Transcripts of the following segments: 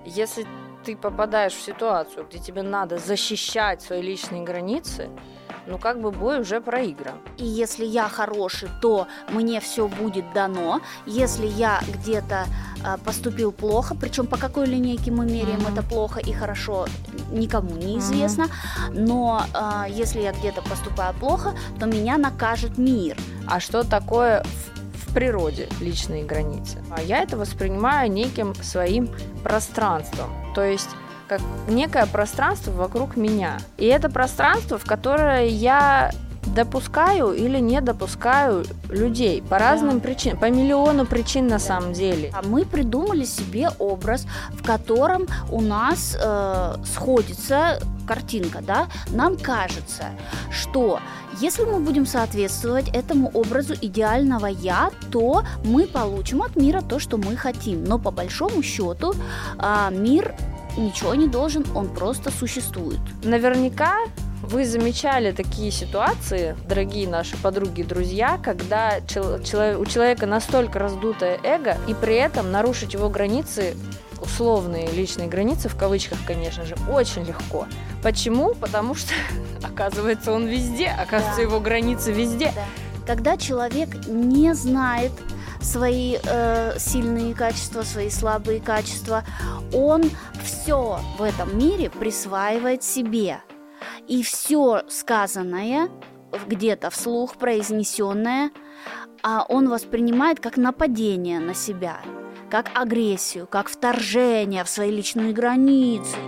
Если ты попадаешь в ситуацию, где тебе надо защищать свои личные границы, бой уже проигран. И если я хороший, то мне все будет дано. Если я где-то поступил плохо, причем по какой линейке мы меряем это плохо и хорошо, никому не известно. Но если я где-то поступаю плохо, то меня накажет мир. А что такое в природе личные границы? Я это воспринимаю неким своим пространством. То есть как некое пространство вокруг меня. И это пространство, в которое я допускаю или не допускаю людей по разным причинам, по миллиону причин на самом деле. Мы придумали себе образ, в котором у нас сходится картинка, да? Нам кажется, что если мы будем соответствовать этому образу идеального «я», то мы получим от мира то, что мы хотим. Но по большому счету мир ничего не должен, он просто существует. Наверняка вы замечали такие ситуации, дорогие наши подруги и друзья, когда у человека настолько раздутое эго, и при этом нарушить его границы, условные личные границы, в кавычках, конечно же, очень легко. Почему? Потому что, оказывается, он везде, оказывается, его границы везде. Да. Когда человек не знает свои сильные качества, свои слабые качества, он все в этом мире присваивает себе. И все сказанное, где-то вслух произнесенное, он воспринимает как нападение на себя, как агрессию, как вторжение в свои личные границы.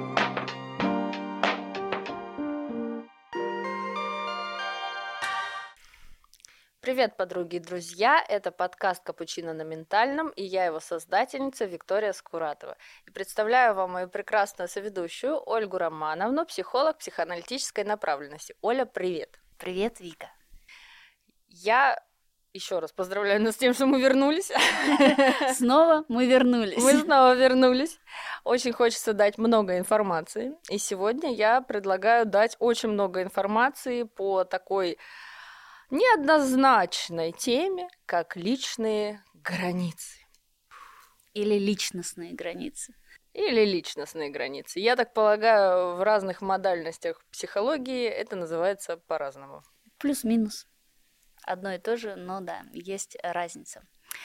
Привет, подруги и друзья! Это подкаст «Капучино на ментальном», и я его создательница Виктория Скуратова. И представляю вам мою прекрасную соведущую Ольгу Романовну, психолог психоаналитической направленности. Оля, привет! Привет, Вика! Я еще раз поздравляю нас с тем, что мы вернулись. Снова мы вернулись. Мы снова вернулись. Очень хочется дать много информации. И сегодня я предлагаю дать очень много информации по такой неоднозначной теме, как личные границы. Или личностные границы. Или личностные границы. Я так полагаю, в разных модальностях психологии это называется по-разному. Плюс-минус. Одно и то же, но да, есть разница.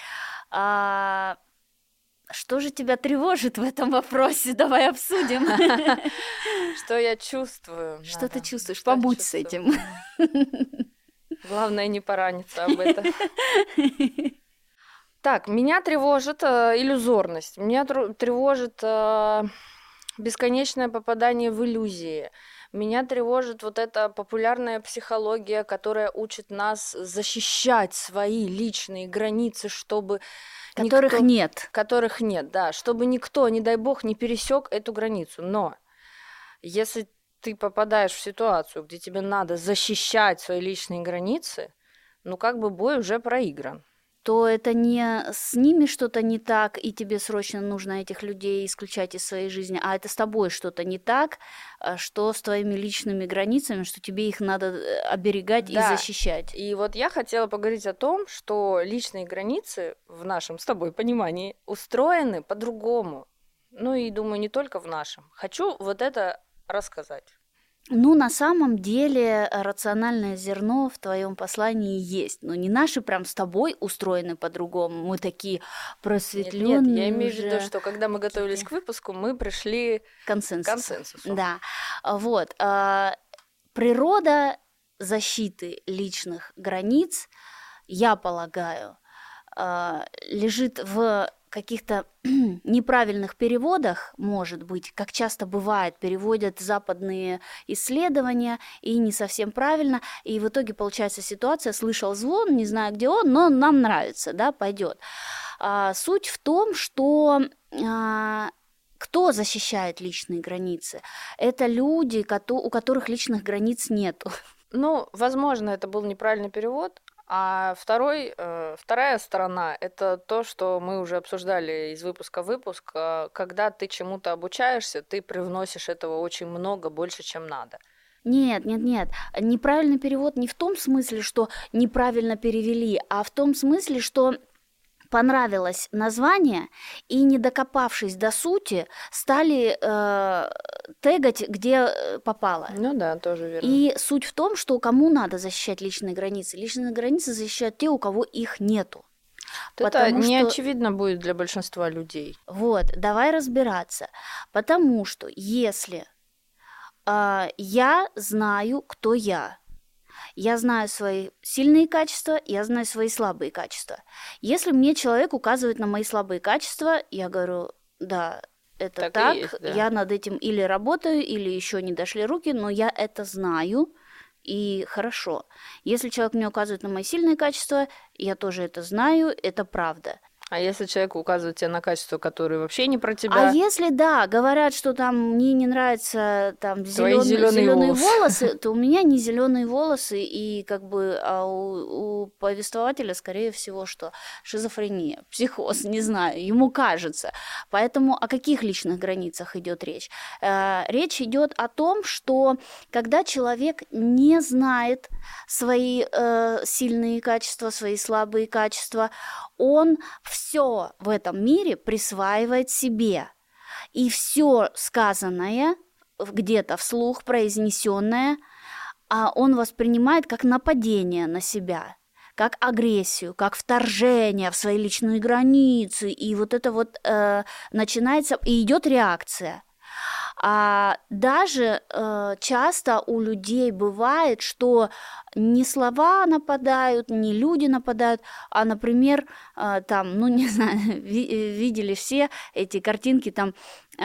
Что же тебя тревожит в этом вопросе? Давай обсудим. Что я чувствую? Что ты чувствуешь? Побудь с этим. Главное не пораниться об этом. Так, меня тревожит иллюзорность, меня тревожит бесконечное попадание в иллюзии. Меня тревожит вот эта популярная психология, которая учит нас защищать свои личные границы, чтобы которых нет, да, чтобы никто, не дай бог, не пересек эту границу. Но если ты попадаешь в ситуацию, где тебе надо защищать свои личные границы, бой уже проигран. То это не с ними что-то не так, и тебе срочно нужно этих людей исключать из своей жизни, а это с тобой что-то не так, что с твоими личными границами, что тебе их надо оберегать и защищать. И вот я хотела поговорить о том, что личные границы в нашем с тобой понимании устроены по-другому. И думаю, не только в нашем. Хочу вот это рассказать. На самом деле рациональное зерно в твоем послании есть, но не наши прям с тобой устроены по-другому. Мы такие просветленные. Нет, я имею в виду, что когда мы готовились к выпуску, мы пришли к консенсусу. Да, вот. Природа защиты личных границ, я полагаю, лежит в каких-то неправильных переводах, может быть, как часто бывает, переводят западные исследования и не совсем правильно, и в итоге получается ситуация: слышал звон, не знаю, где он, но нам нравится, да, пойдет. Суть в том, что кто защищает личные границы? Это люди, у которых личных границ нету. Возможно, это был неправильный перевод. А вторая сторона – это то, что мы уже обсуждали из выпуска в выпуск. Когда ты чему-то обучаешься, ты привносишь этого очень много, больше, чем надо. Нет. Неправильный перевод не в том смысле, что неправильно перевели, а в том смысле, что понравилось название, и, не докопавшись до сути, стали тегать, где попало. Ну да, тоже верно. И суть в том, что кому надо защищать личные границы. Личные границы защищают те, у кого их нету. Это не очевидно будет для большинства людей. Вот, давай разбираться. Потому что если я знаю, кто я знаю свои сильные качества, я знаю свои слабые качества. Если мне человек указывает на мои слабые качества, я говорю, да, это так, есть, да. Я над этим или работаю, или еще не дошли руки, но я это знаю, и хорошо. Если человек мне указывает на мои сильные качества, я тоже это знаю, это правда. А если человек указывает тебе на качества, которые вообще не про тебя? А если, да, говорят, что там мне не нравятся там зеленые волосы, то у меня не зеленые волосы, и как бы у повествователя, скорее всего, что шизофрения, психоз, не знаю, ему кажется. Поэтому о каких личных границах идет речь? Речь идет о том, что когда человек не знает свои сильные качества, свои слабые качества, он все в этом мире присваивает себе. И все сказанное, где-то вслух произнесенное, он воспринимает как нападение на себя, как агрессию, как вторжение в свои личные границы. И вот это вот начинается, и идет реакция. А даже часто у людей бывает, что не слова нападают, не люди нападают, а, например, там, ну не знаю, видели все эти картинки, там,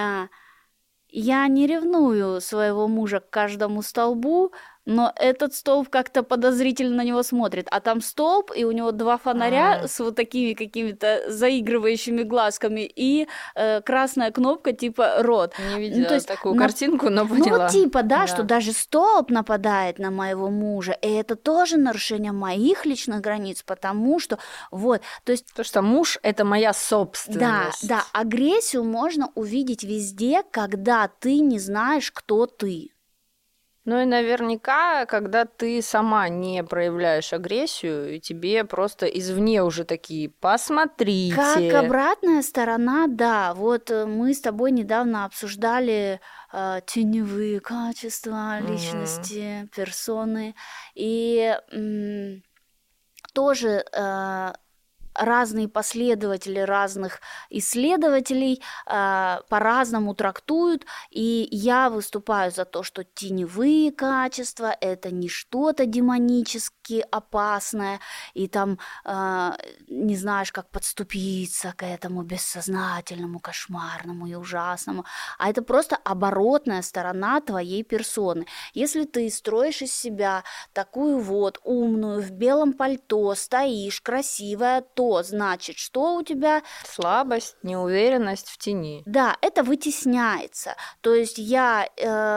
я не ревную своего мужа к каждому столбу, но этот столб как-то подозрительно на него смотрит. А там столб, и у него два фонаря с вот такими какими-то заигрывающими глазками, и красная кнопка типа «рот». Не видела такую картинку, но поняла. Ну, типа, да, что даже столб нападает на моего мужа, и это тоже нарушение моих личных границ, потому что, вот, то есть... Потому что муж – это моя собственность. Да, агрессию можно увидеть везде, когда ты не знаешь, кто ты. Ну и наверняка, когда ты сама не проявляешь агрессию, и тебе просто извне уже такие «посмотрите». Как обратная сторона, да. Вот мы с тобой недавно обсуждали теневые качества личности, персоны, и тоже... разные последователи разных исследователей по-разному трактуют, и я выступаю за то, что теневые качества – это не что-то демонически опасное, и там не знаешь, как подступиться к этому бессознательному, кошмарному и ужасному, а это просто оборотная сторона твоей персоны. Если ты строишь из себя такую вот умную, в белом пальто, стоишь, красивая, то значит, что у тебя? Слабость, неуверенность в тени. Да, это вытесняется. То есть я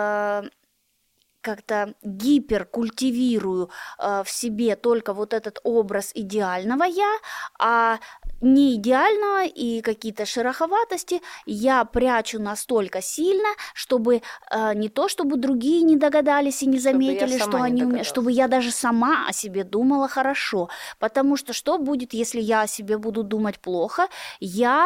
как-то гиперкультивирую в себе только вот этот образ идеального я, а не идеального и какие-то шероховатости я прячу настолько сильно, чтобы не то, чтобы другие не догадались и не заметили, что они умеют, чтобы я даже сама о себе думала хорошо. Потому что будет, если я о себе буду думать плохо? Я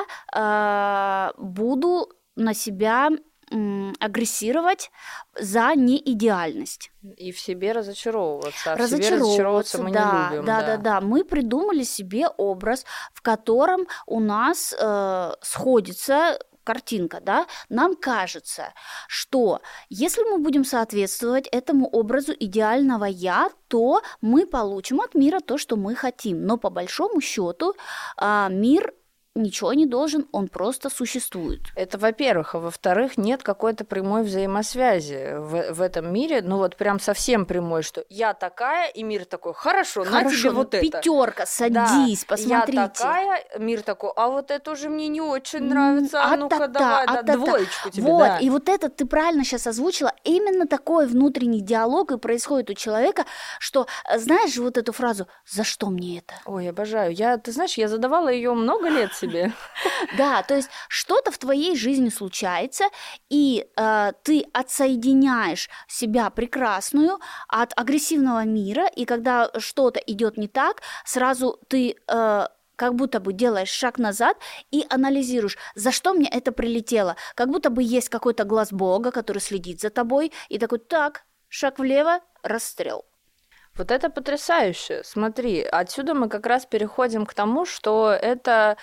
буду на себя агрессировать за неидеальность. И в себе разочаровываться. А в себе разочаровываться мы не любим. Да. Мы придумали себе образ, в котором у нас сходится картинка, да? Нам кажется, что если мы будем соответствовать этому образу идеального «я», то мы получим от мира то, что мы хотим. Но по большому счету мир ничего не должен, он просто существует. Это во-первых. А во-вторых, нет какой-то прямой взаимосвязи в этом мире, ну вот прям совсем прямой, что я такая, и мир такой, хорошо, на тебе вот это. Пятерка, садись, да, посмотрите. Я такая, мир такой, а вот это уже мне не очень нравится, а ну-ка давай, двоечку тебе. Вот, да. И вот это ты правильно сейчас озвучила, именно такой внутренний диалог и происходит у человека, что, знаешь, вот эту фразу «за что мне это?» Ой, обожаю. Ты знаешь, я задавала ее много лет себе. Да, то есть что-то в твоей жизни случается, и ты отсоединяешь себя прекрасную от агрессивного мира, и когда что-то идет не так, сразу ты как будто бы делаешь шаг назад и анализируешь, за что мне это прилетело. Как будто бы есть какой-то глаз Бога, который следит за тобой, и такой, так, шаг влево, расстрел. Вот это потрясающе. Смотри, отсюда мы как раз переходим к тому, что это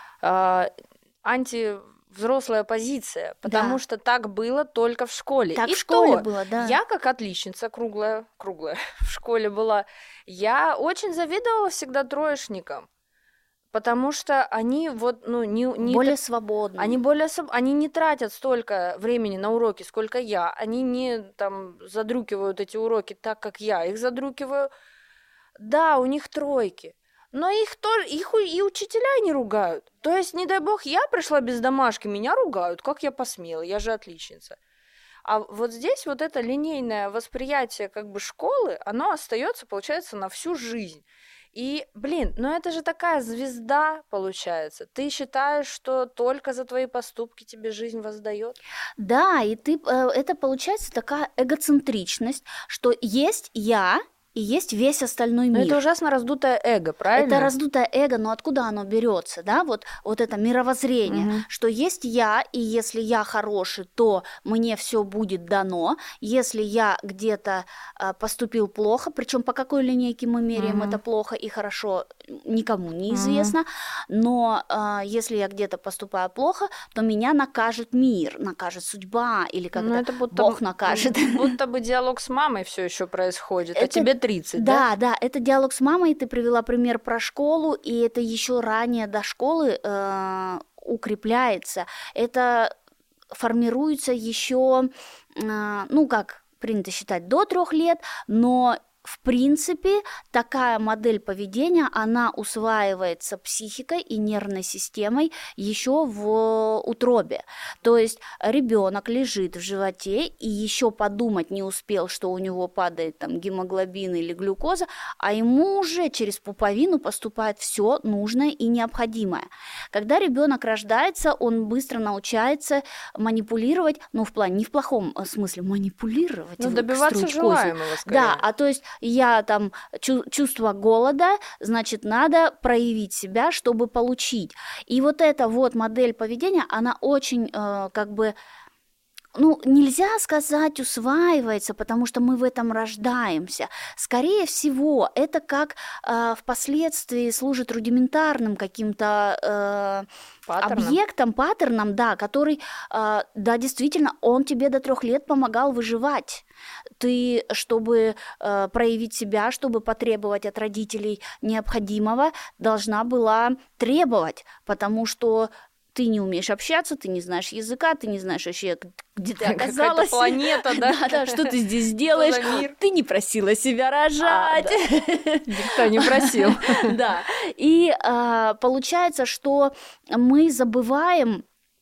антивзрослая позиция, потому что так было только в школе. Так и в школе то, было, да. Я как отличница, круглая в школе была, я очень завидовала всегда троечникам. Потому что они не более свободны. Они не тратят столько времени на уроки, сколько я. Они не там задрукивают эти уроки так, как я их задрукиваю. Да, у них тройки, но их и учителя не ругают. То есть, не дай бог, я пришла без домашки, меня ругают, как я посмела, я же отличница. А вот здесь вот это линейное восприятие как бы школы, оно остается, получается, на всю жизнь. И, это же такая звезда получается. Ты считаешь, что только за твои поступки тебе жизнь воздаёт? Да, и это получается такая эгоцентричность, что есть я и есть весь остальной мир. Но это ужасно раздутое эго, правильно? Это раздутое эго, но откуда оно берется, да? Вот это мировоззрение, что есть я, и если я хороший, то мне все будет дано. Если я где-то поступил плохо, причем по какой линейке мы меряем это плохо и хорошо, никому не известно. Но если я где-то поступаю плохо, то меня накажет мир, накажет судьба или как-то Бог накажет. Будто бы диалог с мамой все еще происходит, а тебе 30, да? Да, это диалог с мамой, ты привела пример про школу, и это еще ранее до школы укрепляется. Это формируется еще, как принято считать, до 3 лет, но в принципе, такая модель поведения, она усваивается психикой и нервной системой еще в утробе. То есть ребенок лежит в животе и еще подумать не успел, что у него падает там гемоглобин или глюкоза, а ему уже через пуповину поступает все нужное и необходимое. Когда ребенок рождается, он быстро научается манипулировать, не в плохом смысле манипулировать, добиваться желаемого, скорее. Да, то есть я там чувство голода, значит, надо проявить себя, чтобы получить. И вот эта вот модель поведения, она очень нельзя сказать усваивается, потому что мы в этом рождаемся. Скорее всего, это как впоследствии служит рудиментарным каким-то объектом, паттерном, да, который, действительно, он тебе до 3 лет помогал выживать. Ты, чтобы проявить себя, чтобы потребовать от родителей необходимого, должна была требовать, потому что ты не умеешь общаться, ты не знаешь языка, ты не знаешь вообще, где ты оказалась. Какая-то планета, да? Да, что ты здесь делаешь? Ты не просила себя рожать. Никто не просил. Да. И получается, что мы забываем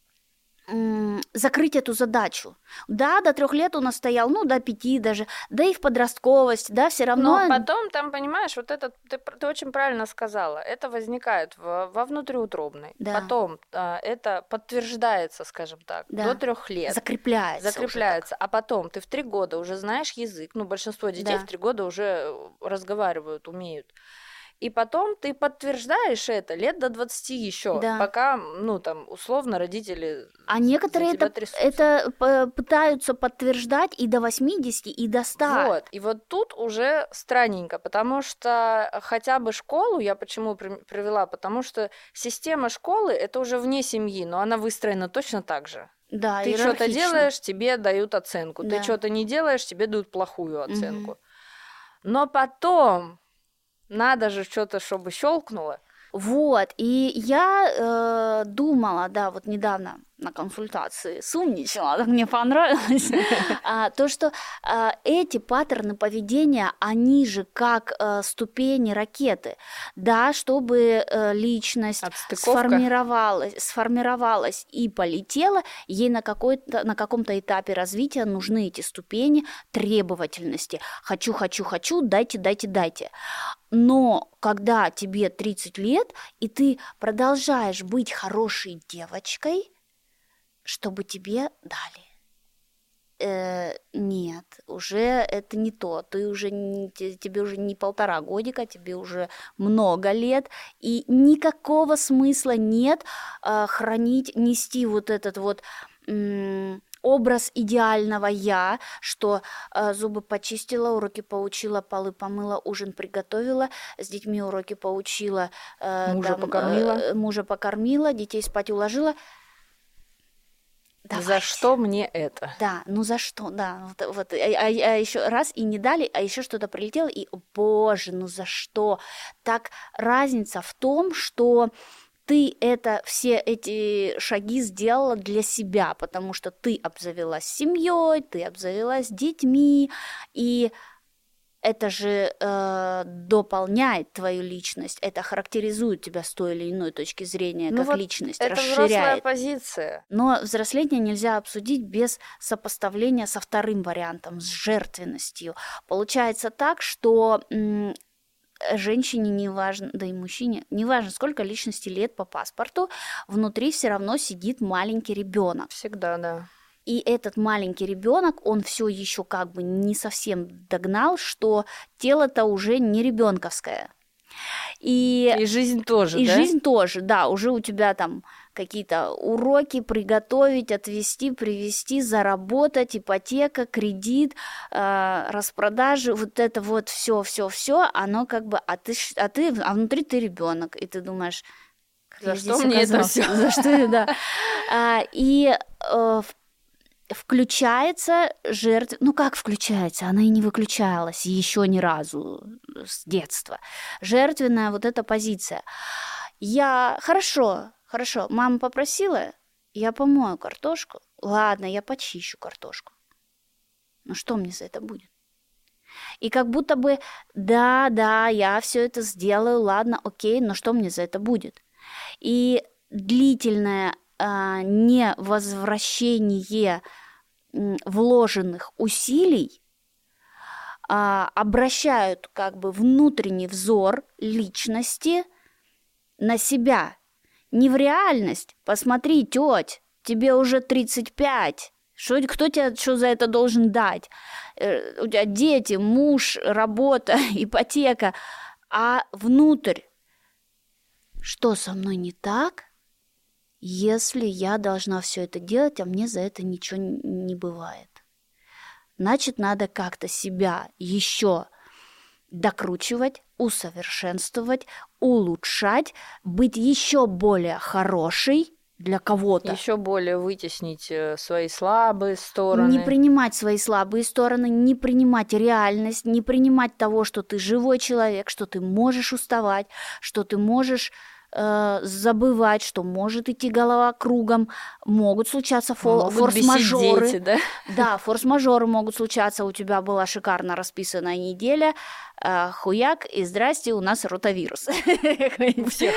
закрыть эту задачу. Да, до 3 лет он стоял, до 5 даже, да и в подростковости, да, все равно. Но потом там, понимаешь, вот это ты очень правильно сказала, это возникает во внутриутробной. Да. Потом это подтверждается, скажем так, до 3 лет. Закрепляется. А потом ты в 3 года уже знаешь язык, большинство детей в 3 года уже разговаривают, умеют. И потом ты подтверждаешь это лет до 20 еще, пока, условно, родители. А некоторые это пытаются подтверждать и до 80, и до 100. Вот, и вот тут уже странненько, потому что хотя бы школу, я почему привела, потому что система школы, это уже вне семьи, но она выстроена точно так же. Да, ты что-то делаешь, тебе дают оценку, ты что-то не делаешь, тебе дают плохую оценку. Но потом... Надо же что-то, чтобы щелкнуло. Вот, и я думала, вот недавно на консультации сумничала, так мне понравилось, то, что эти паттерны поведения, они же как ступени ракеты, да, чтобы личность сформировалась и полетела, ей на каком-то этапе развития нужны эти ступени требовательности. Хочу, дайте. Но когда тебе 30 лет, и ты продолжаешь быть хорошей девочкой, чтобы тебе дали. Нет, уже это не то. Тебе уже не 1,5 годика, тебе уже много лет, и никакого смысла нет нести вот этот вот образ идеального я, что зубы почистила, уроки поучила, полы помыла, ужин приготовила, с детьми уроки поучила, мужа покормила, детей спать уложила. Давайте. За что мне это? Да, ну за что, да. Вот. А еще раз и не дали, а еще что-то прилетело, и, боже, ну за что? Так разница в том, что ты все эти шаги сделала для себя, потому что ты обзавелась семьей, ты обзавелась детьми, и это же дополняет твою личность, это характеризует тебя с той или иной точки зрения, как вот личность, это расширяет. Взрослая позиция. Но взросление нельзя обсудить без сопоставления со вторым вариантом, с жертвенностью. Получается так, что женщине не важно, да и мужчине, не важно, сколько личности лет по паспорту, внутри все равно сидит маленький ребенок. Всегда, да. И этот маленький ребенок, он все еще как бы не совсем догнал, что тело-то уже не ребенковское. И жизнь тоже, и да? жизнь тоже, да, уже у тебя там какие-то уроки приготовить, отвезти, привезти, заработать, ипотека, кредит, распродажи, вот это вот все, оно как бы, а внутри ты ребенок, и ты думаешь, за что мне это все? За что, да. И включается жертва, ну как включается, она и не выключалась еще ни разу с детства. Жертвенная вот эта позиция. Хорошо, мама попросила, я помою картошку, ладно, я почищу картошку. Но что мне за это будет? И как будто бы, да, я все это сделаю, ладно, окей, но что мне за это будет? И длительное невозвращение вложенных усилий обращают как бы внутренний взор личности на себя. Не в реальность. Посмотри, тёть, тебе уже 35. Кто тебе что за это должен дать? У тебя дети, муж, работа, ипотека. А внутрь. Что со мной не так, если я должна все это делать, а мне за это ничего не бывает? Значит, надо как-то себя еще докручивать, усовершенствовать, улучшать, быть еще более хорошей для кого-то. Еще более вытеснить свои слабые стороны. Не принимать свои слабые стороны, не принимать реальность, не принимать того, что ты живой человек, что ты можешь уставать, что ты можешь забывать, что может идти голова кругом, могут случаться форс-мажоры. Дети, да? Да, форс-мажоры могут случаться. У тебя была шикарно расписанная неделя, хуяк, и здрасте, у нас ротавирус. У всех.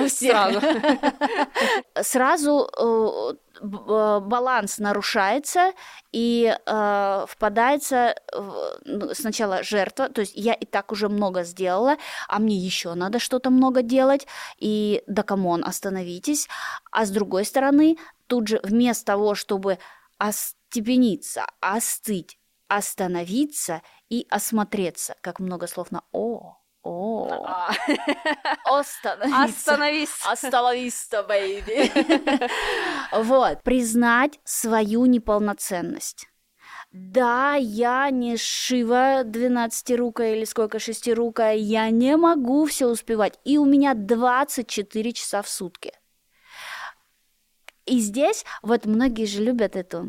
Сразу баланс нарушается, и впадается сначала жертва, то есть я и так уже много сделала, а мне еще надо что-то много делать, и да камон, остановитесь. А с другой стороны, тут же вместо того, чтобы остепениться, остыть, остановиться и осмотреться, как много слов на Остановись. Остановись-то, бэйби. Вот. Признать свою неполноценность. Да, я не Шива 12-рукая или сколько, 6-рукая, я не могу все успевать. И у меня 24 часа в сутки. И здесь вот многие же любят эту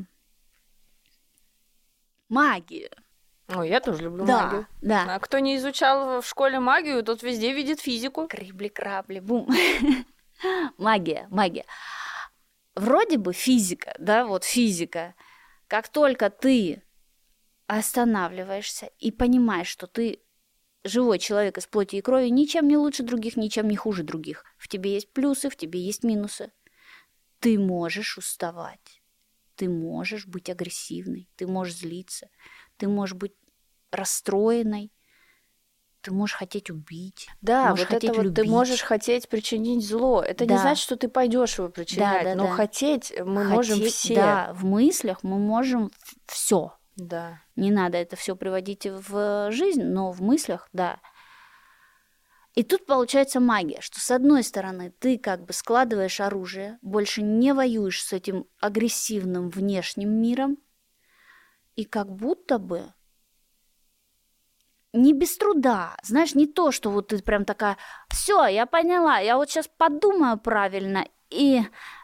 магию. Ой, я тоже люблю магию. Да. А кто не изучал в школе магию, тот везде видит физику. Крибли-крабли, бум. Магия. Вроде бы физика, да, вот физика. Как только ты останавливаешься и понимаешь, что ты живой человек из плоти и крови, ничем не лучше других, ничем не хуже других. В тебе есть плюсы, в тебе есть минусы. Ты можешь уставать, ты можешь быть агрессивной, ты можешь злиться, ты можешь быть расстроенной, Ты можешь хотеть убить. Да, можешь вот это хотеть вот ты любить. можешь хотеть причинить зло. Это не Да. значит, что ты пойдешь его причинять, Да, но да. хотеть мы можем все. Да, в мыслях мы можем все. Да. Не надо это все приводить в жизнь, но в мыслях, да. И тут получается магия, что с одной стороны ты как бы складываешь оружие, больше не воюешь с этим агрессивным внешним миром, и как будто бы не без труда, знаешь, не то, что вот ты прям такая, все, я поняла, я вот сейчас подумаю правильно, и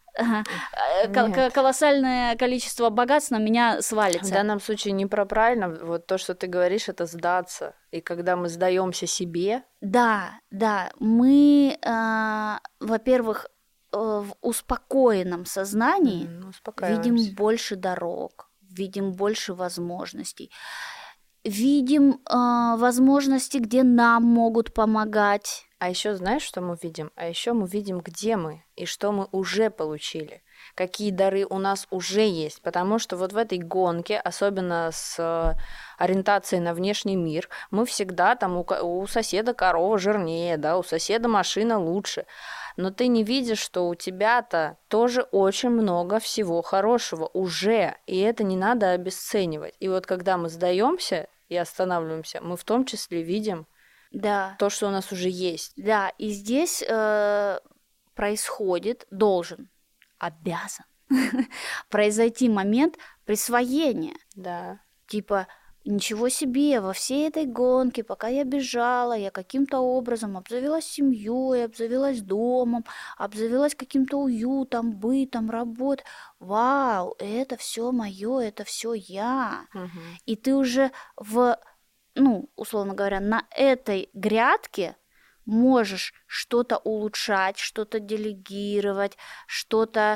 колоссальное количество богатств на меня свалится. В данном случае не про правильно, вот то, что ты говоришь, это сдаться. И когда мы сдаемся себе. Да, мы, во-первых, в успокоенном сознании видим больше дорог, видим больше возможностей, видим возможности, где нам могут помогать. А еще знаешь, что мы видим? А еще мы видим, где мы и что мы уже получили, какие дары у нас уже есть. Потому что вот в этой гонке, особенно с ориентацией на внешний мир, мы всегда там у соседа корова жирнее, да, у соседа машина лучше. Но ты не видишь, что у тебя-то тоже очень много всего хорошего уже, и это не надо обесценивать. И вот когда мы сдаемся и останавливаемся, мы в том числе видим то, что у нас уже есть. Да, и здесь происходит, обязан произойти момент присвоения. Да. Типа, ничего себе, во всей этой гонке, пока я бежала, я каким-то образом обзавелась семьей, обзавелась домом, обзавелась каким-то уютом, бытом, работой. Вау, это все мое, это все я. Угу. И ты уже условно говоря, на этой грядке можешь что-то улучшать, что-то делегировать, что-то,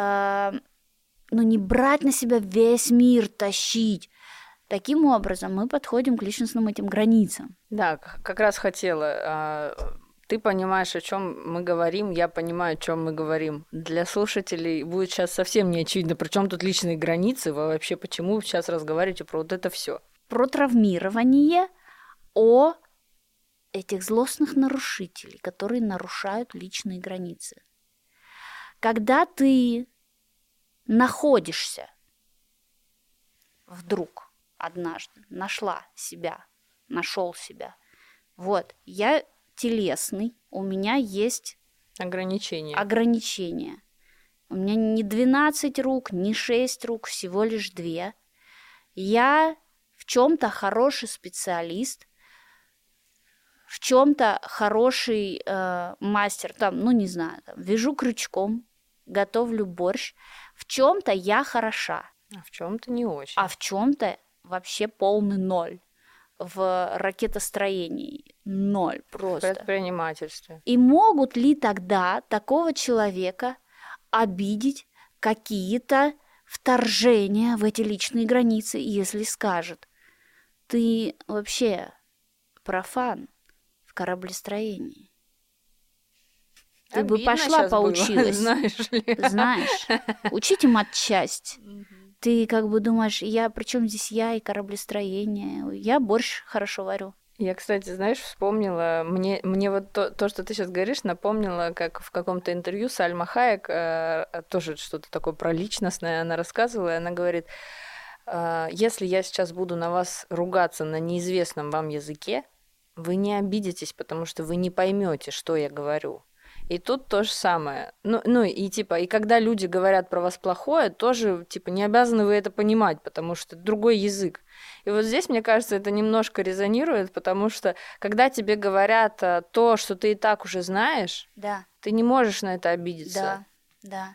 не брать на себя весь мир, тащить. Таким образом мы подходим к личностным этим границам. Да, как раз хотела. Ты понимаешь, о чем мы говорим, я понимаю, о чем мы говорим. Для слушателей будет сейчас совсем не очевидно, при чем тут личные границы, вы вообще почему вы сейчас разговариваете про вот это все. Про травмирование, о этих злостных нарушителей, которые нарушают личные границы. Когда ты находишься вдруг однажды, нашел себя, вот, я телесный, у меня есть ограничения. У меня не 12 рук, не 6 рук, всего лишь 2. Я в чем-то хороший специалист, в чем-то хороший мастер, вяжу крючком, готовлю борщ. В чем-то я хороша. А в чем-то не очень. А в чем-то вообще полный ноль. В ракетостроении 0 просто. В предпринимательстве. И могут ли тогда такого человека обидеть какие-то вторжения в эти личные границы, если скажет: ты вообще профан в кораблестроении? Ты бы пошла поучилась. Знаешь, учите матчасть. Ты как бы думаешь, причем здесь я и кораблестроение? Я борщ хорошо варю. Я, кстати, знаешь, вспомнила, мне вот то, что ты сейчас говоришь, напомнило, как в каком-то интервью Сальма Хайек, тоже что-то такое про личностное, она рассказывала, и она говорит: если я сейчас буду на вас ругаться на неизвестном вам языке, вы не обидитесь, потому что вы не поймете, что я говорю. И тут то же самое. И когда люди говорят про вас плохое, тоже, не обязаны вы это понимать, потому что это другой язык. И вот здесь, мне кажется, это немножко резонирует, потому что, когда тебе говорят то, что ты и так уже знаешь, ты не можешь на это обидеться. Да.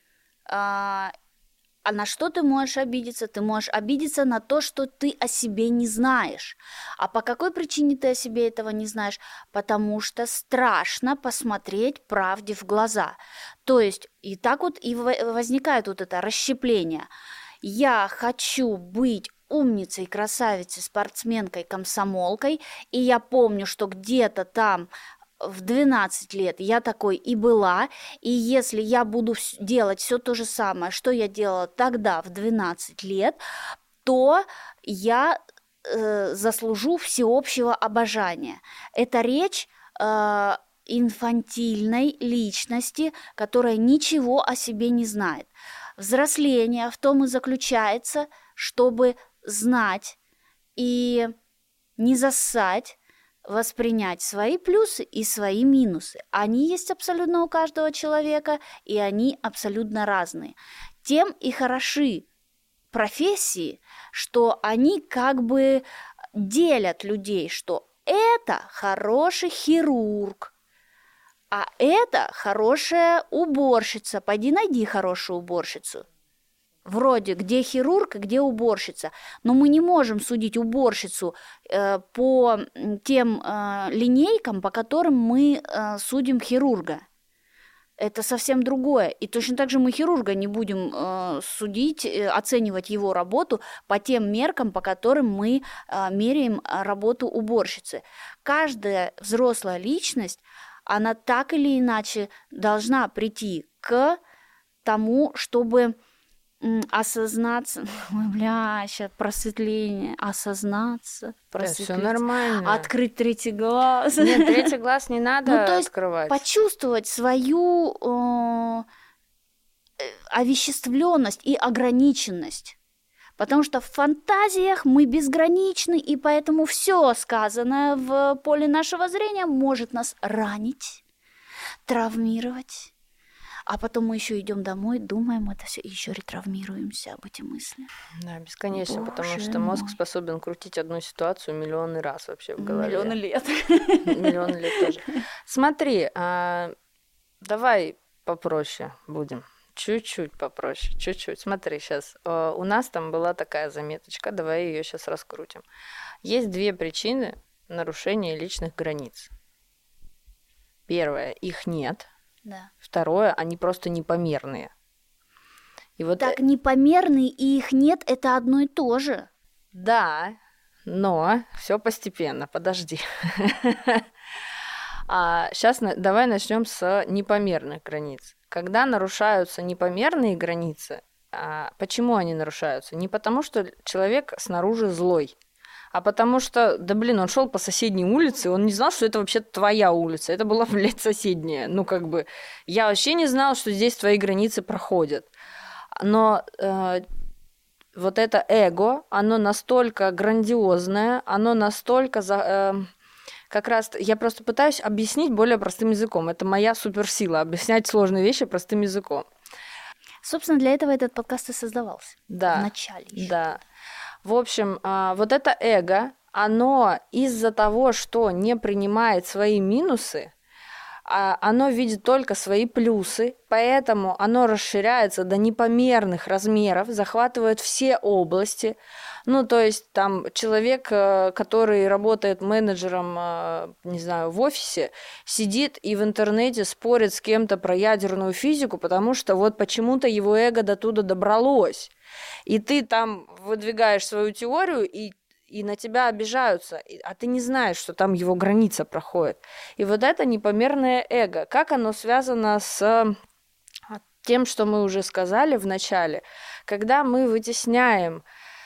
А на что ты можешь обидеться? Ты можешь обидеться на то, что ты о себе не знаешь. А по какой причине ты о себе этого не знаешь? Потому что страшно посмотреть правде в глаза. То есть и так вот и возникает вот это расщепление. Я хочу быть умницей, красавицей, спортсменкой, комсомолкой, и я помню, что где-то там в 12 лет я такой и была, и если я буду делать все то же самое, что я делала тогда в 12 лет, то я заслужу всеобщего обожания. Это речь инфантильной личности, которая ничего о себе не знает. Взросление в том и заключается, чтобы знать и не зассать, воспринять свои плюсы и свои минусы. Они есть абсолютно у каждого человека, и они абсолютно разные. Тем и хороши профессии, что они как бы делят людей, что это хороший хирург, а это хорошая уборщица. Пойди найди хорошую уборщицу. Вроде, где хирург, где уборщица. Но мы не можем судить уборщицу по тем линейкам, по которым мы судим хирурга. Это совсем другое. И точно так же мы хирурга не будем судить, оценивать его работу по тем меркам, по которым мы меряем работу уборщицы. Каждая взрослая личность, она так или иначе должна прийти к тому, чтобы осознаться, сейчас просветление, осознаться, просветлиться, все нормально. Открыть третий глаз. Нет, третий глаз не надо то есть открывать. Почувствовать свою овеществленность и ограниченность. Потому что в фантазиях мы безграничны, и поэтому все сказанное в поле нашего зрения может нас ранить, травмировать. А потом мы еще идем домой, думаем это все, и еще ретравмируемся об эти мысли. Да, бесконечно, Боже потому что мозг мой. способен крутить одну ситуацию миллионы раз вообще в голове. Миллионы лет. Миллионы лет тоже. Смотри, давай попроще будем. Чуть-чуть попроще, чуть-чуть. Смотри, сейчас у нас там была такая заметочка, давай ее сейчас раскрутим. Есть две причины нарушения личных границ. Первое, их нет. Да. Второе, они просто непомерные. И вот Так непомерные и их нет, это одно и то же. да, но все постепенно, подожди. Сейчас давай начнем с непомерных границ. Когда нарушаются непомерные границы, почему они нарушаются? Не потому, что человек снаружи злой, а потому что, он шел по соседней улице, он не знал, что это вообще твоя улица, это была, соседняя. Я вообще не знал, что здесь твои границы проходят. Но вот это эго, оно настолько грандиозное, оно настолько... Как раз я просто пытаюсь объяснить более простым языком. Это моя суперсила, объяснять сложные вещи простым языком. Собственно, для этого этот подкаст и создавался. Да. В начале еще. Да. В общем, вот это эго, оно из-за того, что не принимает свои минусы, оно видит только свои плюсы, поэтому оно расширяется до непомерных размеров, захватывает все области. То есть там человек, который работает менеджером, в офисе, сидит и в интернете спорит с кем-то про ядерную физику, потому что вот почему-то его эго до туда добралось. И ты там выдвигаешь свою теорию, и на тебя обижаются, а ты не знаешь, что там его граница проходит. И вот это непомерное эго. Как оно связано с тем, что мы уже сказали в начале? Когда мы вытесняем,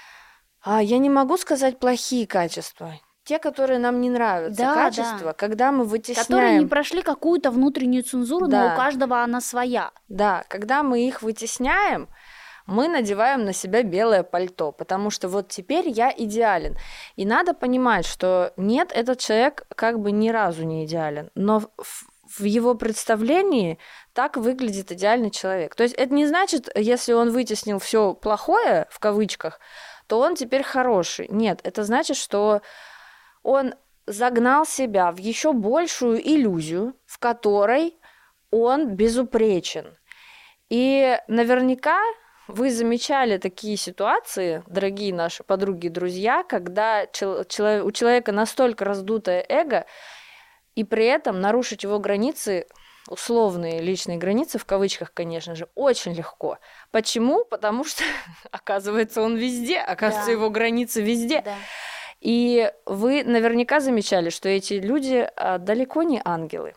я не могу сказать плохие качества, те, которые нам не нравятся, качества, когда мы вытесняем... Которые не прошли какую-то внутреннюю цензуру, Да. но у каждого она своя. Да, когда мы их вытесняем, мы надеваем на себя белое пальто, потому что вот теперь я идеален. И надо понимать, что нет, этот человек как бы ни разу не идеален, но в его представлении так выглядит идеальный человек. То есть это не значит, если он вытеснил все плохое, в кавычках, то он теперь хороший. Нет, это значит, что он загнал себя в еще большую иллюзию, в которой он безупречен. И наверняка вы замечали такие ситуации, дорогие наши подруги и друзья, когда у человека настолько раздутое эго, и при этом нарушить его границы, условные личные границы, в кавычках, конечно же, очень легко. Почему? Потому что, оказывается, он везде, оказывается, его границы везде. Да. И вы наверняка замечали, что эти люди далеко не ангелы.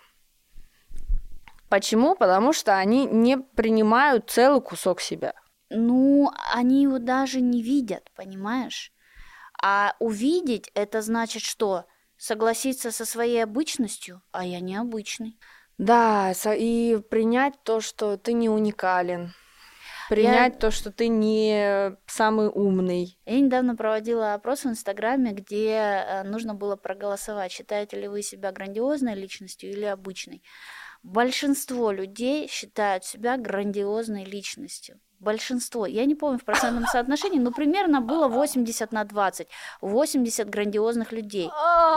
Почему? Потому что они не принимают целый кусок себя. Они его даже не видят, понимаешь? А увидеть это значит что? Согласиться со своей обычностью, а я необычный. Да, и принять то, что ты не уникален. Я, Принять то, что ты не самый умный. я недавно проводила опрос в Инстаграме, где нужно было проголосовать, считаете ли вы себя грандиозной личностью или обычной. Большинство людей считают себя грандиозной личностью. Большинство. Я не помню в процентном соотношении, но примерно было 80 на 20. 80 грандиозных людей.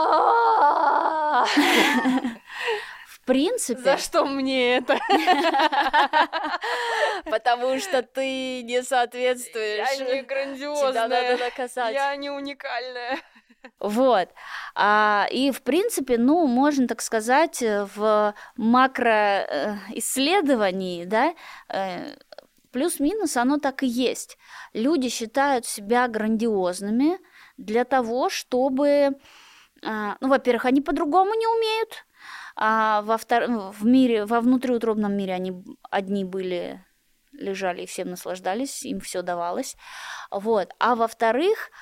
В принципе... За что мне это? Потому что ты не соответствуешь. Я не грандиозная. Тебя надо наказать. Я не уникальная. Вот. И, в принципе, можно так сказать, в макроисследовании, да, плюс-минус оно так и есть. Люди считают себя грандиозными для того, чтобы, во-первых, они по-другому не умеют, а во внутриутробном мире они одни лежали и всем наслаждались, им все давалось. Вот. А во-вторых,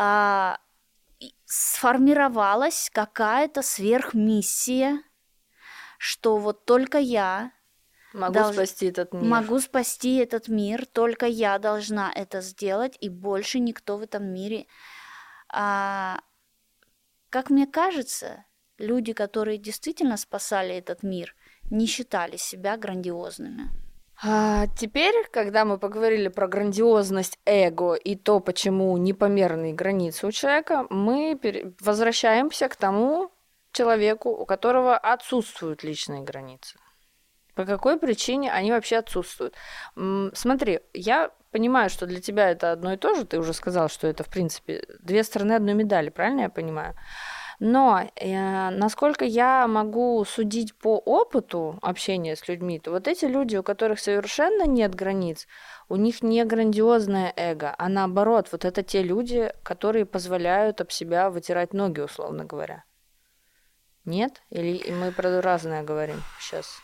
сформировалась какая-то сверхмиссия, что вот только я спасти этот мир. Могу спасти этот мир, только я должна это сделать, и больше никто в этом мире. Как мне кажется, люди, которые действительно спасали этот мир, не считали себя грандиозными. Теперь, когда мы поговорили про грандиозность эго и то, почему непомерные границы у человека, мы возвращаемся к тому человеку, у которого отсутствуют личные границы. По какой причине они вообще отсутствуют? Смотри, я понимаю, что для тебя это одно и то же, ты уже сказал, что это, в принципе, две стороны одной медали, правильно я понимаю? Но насколько я могу судить по опыту общения с людьми, то вот эти люди, у которых совершенно нет границ, у них не грандиозное эго, а наоборот, вот это те люди, которые позволяют об себя вытирать ноги, условно говоря. Нет? Или мы про разное говорим сейчас?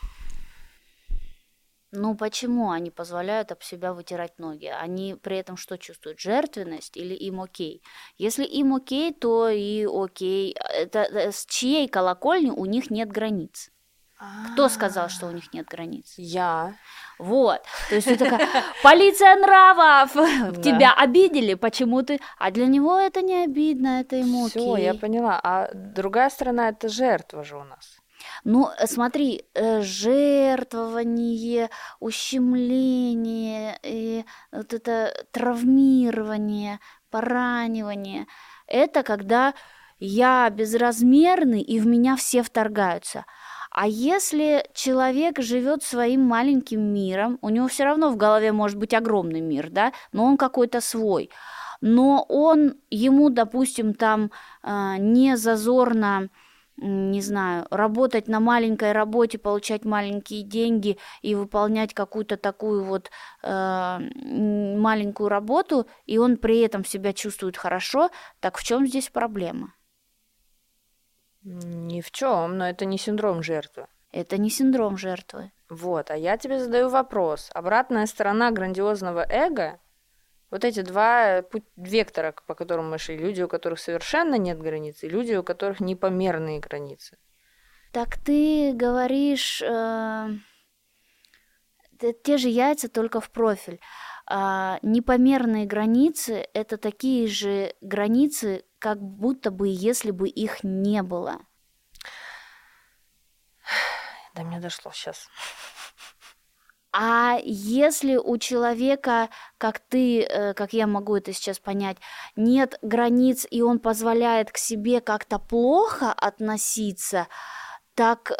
Почему они позволяют об себя вытирать ноги? Они при этом что чувствуют? Жертвенность или им окей? Если им окей, то и окей. Это с чьей колокольни у них нет границ? Кто сказал, что у них нет границ? Я. Вот. То есть ты такая, полиция нравов! Тебя обидели, почему ты... А для него это не обидно, это ему окей. Всё, я поняла. А другая сторона — это жертва же у нас. Смотри, жертвование, ущемление, и вот это травмирование, поранивание – это когда я безразмерный, и в меня все вторгаются. А если человек живет своим маленьким миром, у него все равно в голове может быть огромный мир, да, но он какой-то свой, но ему, допустим, там не зазорно, не знаю, работать на маленькой работе, получать маленькие деньги и выполнять какую-то такую вот маленькую работу, и он при этом себя чувствует хорошо, так в чем здесь проблема? Ни в чем, но это не синдром жертвы. Это не синдром жертвы. Вот, а я тебе задаю вопрос. Обратная сторона грандиозного эго, вот эти два вектора, по которым мы шли, люди, у которых совершенно нет границ, и люди, у которых непомерные границы. Так ты говоришь, те же яйца, только в профиль. Непомерные границы – это такие же границы, как будто бы, если бы их не было. До меня дошло сейчас. А если у человека, как я могу это сейчас понять, нет границ, и он позволяет к себе как-то плохо относиться, так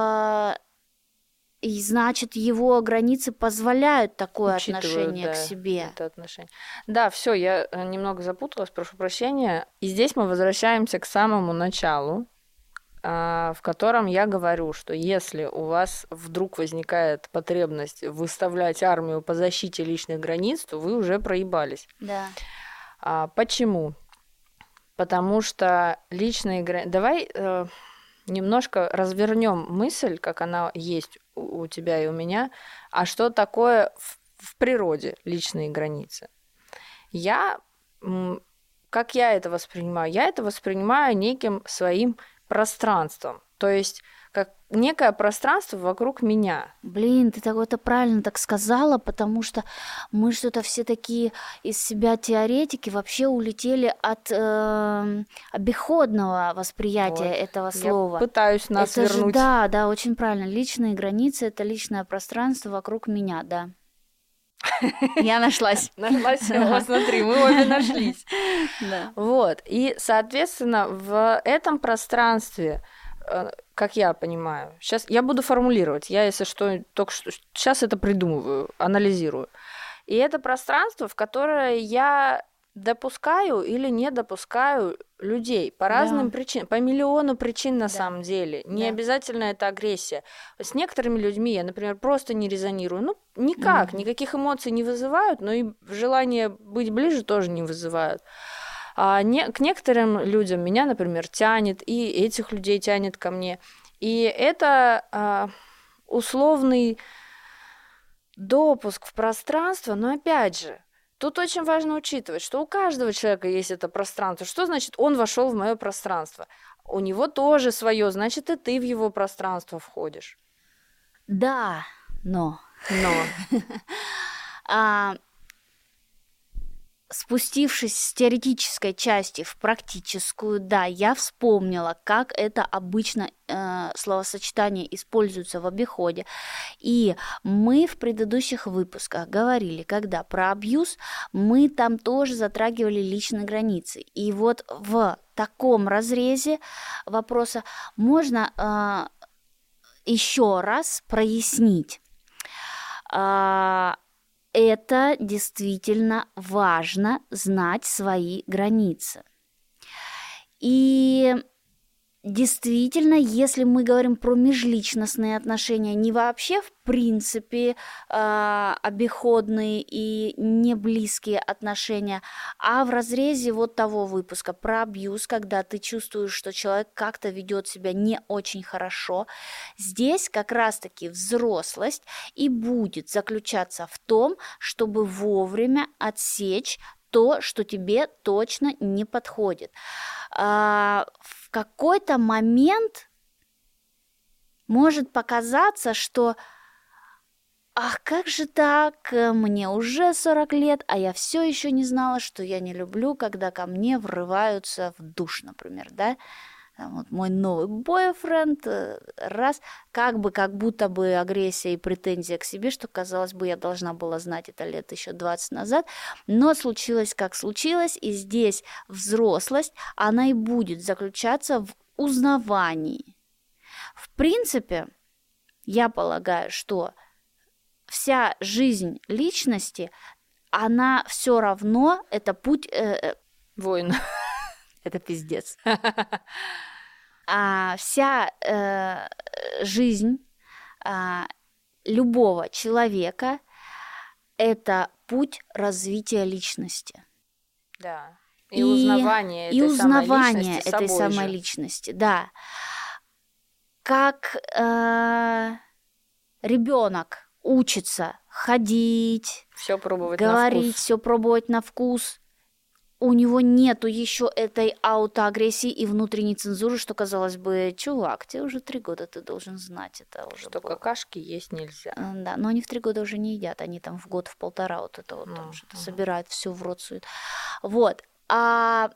и значит, его границы позволяют такое отношение к себе. Это отношение. Да, все, я немного запуталась, прошу прощения. И здесь мы возвращаемся к самому началу, в котором я говорю, что если у вас вдруг возникает потребность выставлять армию по защите личных границ, то вы уже проебались. Да. Почему? Потому что личные границы... Давай немножко развернем мысль, как она есть у тебя и у меня, а что такое в природе личные границы. Я как я это воспринимаю? Я это воспринимаю неким своим пространством. То есть как некое пространство вокруг меня. Блин, ты так это правильно так сказала, потому что мы что-то все такие из себя теоретики вообще улетели от обиходного восприятия этого слова. Я пытаюсь нас это вернуть. Же, да, очень правильно. Личные границы — это личное пространство вокруг меня, да. Я нашлась. Нашлась, вот смотри, мы обе нашлись. Да. Вот, и, соответственно, в этом пространстве, как я понимаю, сейчас я буду формулировать, я, если что, только что сейчас это придумываю, анализирую. И это пространство, в которое я допускаю или не допускаю людей по разным причинам, по миллиону причин на самом деле. Не обязательно это агрессия. С некоторыми людьми я, например, просто не резонирую. Ну, никак, никаких эмоций не вызывают, но и желание быть ближе тоже не вызывают. А к некоторым людям меня, например, тянет, и этих людей тянет ко мне. И это условный допуск в пространство, но опять же, тут очень важно учитывать, что у каждого человека есть это пространство. Что значит он вошел в мое пространство? У него тоже свое, значит, и ты в его пространство входишь. Да, но. Спустившись с теоретической части в практическую, да, я вспомнила, как это обычно словосочетание используется в обиходе. И мы в предыдущих выпусках говорили, когда про абьюз, мы там тоже затрагивали личные границы. И вот в таком разрезе вопроса можно еще раз прояснить. Это действительно важно знать свои границы. И действительно, если мы говорим про межличностные отношения, не вообще в принципе обиходные и не близкие отношения, а в разрезе вот того выпуска про абьюз, когда ты чувствуешь, что человек как-то ведет себя не очень хорошо, здесь как раз-таки взрослость и будет заключаться в том, чтобы вовремя отсечь то, что тебе точно не подходит. В какой-то момент может показаться, что ах, как же так, мне уже 40 лет, а я все еще не знала, что я не люблю, когда ко мне врываются в душ, например, да? Вот мой новый бойфренд, раз, как будто бы агрессия и претензия к себе, что, казалось бы, я должна была знать это лет еще 20 назад, но случилось, как случилось, и здесь взрослость, она и будет заключаться в узнавании. В принципе, я полагаю, что вся жизнь личности, она все равно, это путь... Воина. Это пиздец. Вся жизнь любого человека – это путь развития личности. Да. И узнавание этой самой личности. Да. Как ребенок учится ходить, все пробовать говорить, на вкус. все пробовать на вкус. У него нету еще этой аутоагрессии и внутренней цензуры, что, казалось бы, чувак, тебе уже 3 года, ты должен знать это уже. Что какашки есть нельзя. Да, но они в 3 года уже не едят, они там в год, в 1,5 вот это вот там что-то собирают, все в рот суют. Вот. А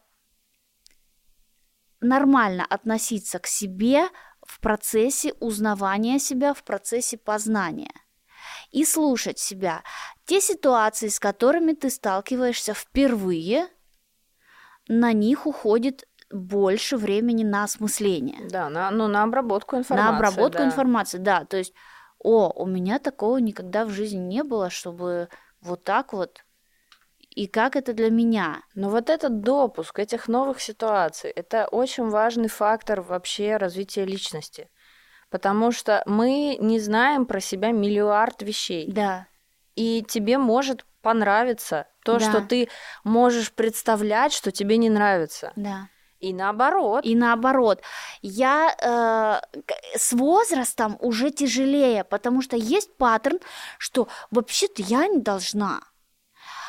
нормально относиться к себе в процессе узнавания себя, в процессе познания. И слушать себя. Те ситуации, с которыми ты сталкиваешься впервые, на них уходит больше времени на осмысление. Да, на обработку информации. На обработку информации, да. То есть, у меня такого никогда в жизни не было, чтобы вот так вот. И как это для меня? Но вот этот допуск этих новых ситуаций, это очень важный фактор вообще развития личности. Потому что мы не знаем про себя миллиард вещей. Да. И тебе может понравиться то, что ты можешь представлять, что тебе не нравится. Да. И наоборот. Я с возрастом уже тяжелее, потому что есть паттерн, что вообще-то я не должна.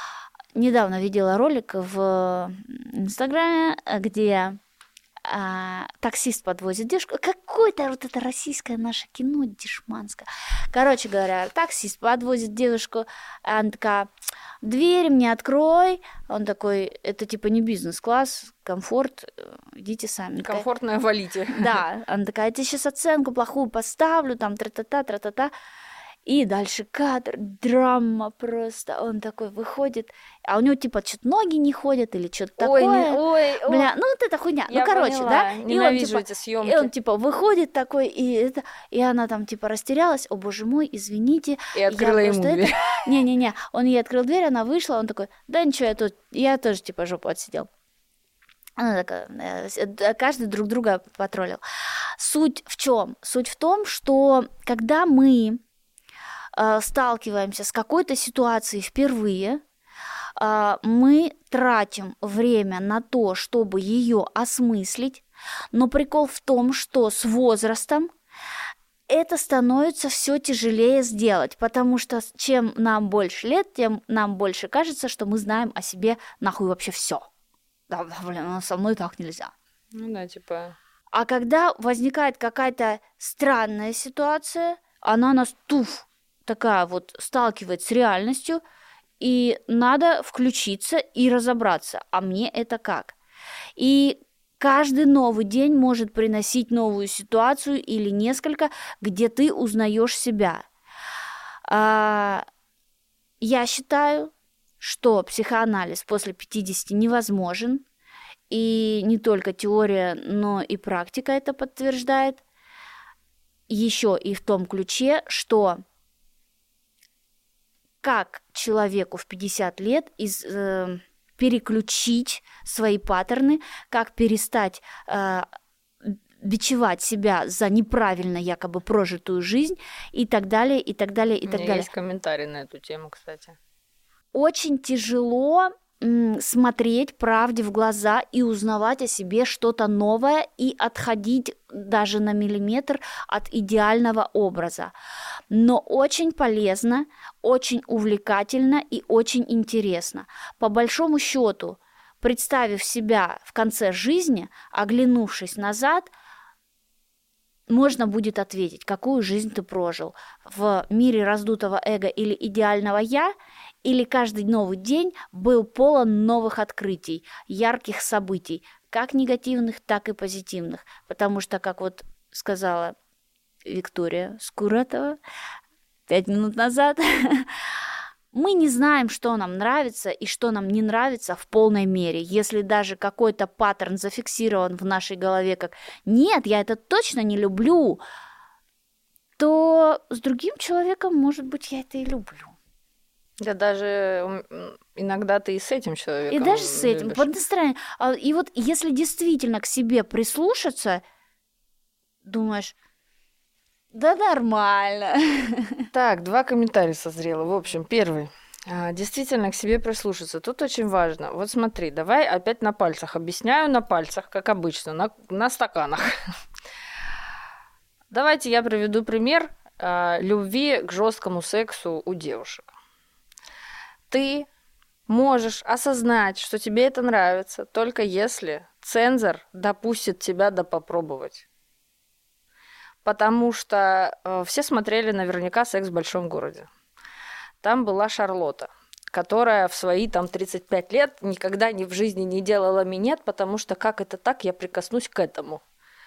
недавно видела ролик в Инстаграме, где таксист подвозит девушку. Какое-то вот это российское наше кино дешманское. Короче говоря, таксист подвозит девушку, она такая: дверь мне открой. Он такой: это типа не бизнес-класс, комфорт, идите сами. Комфортное валите. Да, она такая: я тебе сейчас оценку плохую поставлю, там тра-та-та, тра-та-та. И дальше кадр, драма просто. Он такой выходит, а у него типа что-то ноги не ходят или что-то такое. Ой, бля, ну вот это хуйня. Я ну, короче, поняла. да. Ненавижу эти съемки. И он типа выходит такой, и она там типа растерялась. О боже мой, извините. И открыла ему дверь. Не-не-не, он ей открыл дверь, она вышла, он такой: да ничего, я тоже типа жопу отсидел. Она такая, каждый друг друга потроллил. Суть в чем? Суть в том, что когда мы сталкиваемся с какой-то ситуацией впервые, мы тратим время на то, чтобы ее осмыслить, но прикол в том, что с возрастом это становится все тяжелее сделать, потому что чем нам больше лет, тем нам больше кажется, что мы знаем о себе нахуй вообще все. Да, блин, со мной так нельзя. Ну да, типа. А когда возникает какая-то странная ситуация, она нас такая вот сталкивает с реальностью, и надо включиться и разобраться, а мне это как. И каждый новый день может приносить новую ситуацию или несколько, где ты узнаешь себя. Я считаю, что психоанализ после 50 невозможен, и не только теория, но и практика это подтверждает. Еще и в том ключе, что как человеку в 50 лет переключить свои паттерны, как перестать бичевать себя за неправильно якобы прожитую жизнь и так далее, и так далее, и так далее. Есть комментарий на эту тему, кстати. Очень тяжело смотреть правде в глаза и узнавать о себе что-то новое и отходить даже на миллиметр от идеального образа. Но очень полезно, очень увлекательно и очень интересно. По большому счету, представив себя в конце жизни, оглянувшись назад, можно будет ответить, какую жизнь ты прожил. В мире раздутого эго или идеального «я», или каждый новый день был полон новых открытий, ярких событий, как негативных, так и позитивных. Потому что, как вот сказала Виктория Скуратова 5 минут назад, мы не знаем, что нам нравится и что нам не нравится в полной мере. Если даже какой-то паттерн зафиксирован в нашей голове как «нет, я это точно не люблю», то с другим человеком, может быть, я это и люблю. Да даже иногда ты и с этим человеком. И даже с этим, под настроение. И вот если действительно к себе прислушаться, думаешь, да нормально. Так, 2 комментария созрело. В общем, первый. Действительно к себе прислушаться. Тут очень важно. Вот смотри, давай опять на пальцах. Объясняю на пальцах, как обычно, на стаканах. Давайте я приведу пример любви к жесткому сексу у девушек. Ты можешь осознать, что тебе это нравится, только если цензор допустит тебя попробовать. Потому что все смотрели наверняка «Секс в большом городе». Там была Шарлотта, которая в свои 35 лет никогда в жизни не делала минет, потому что как это так, я прикоснусь к этому.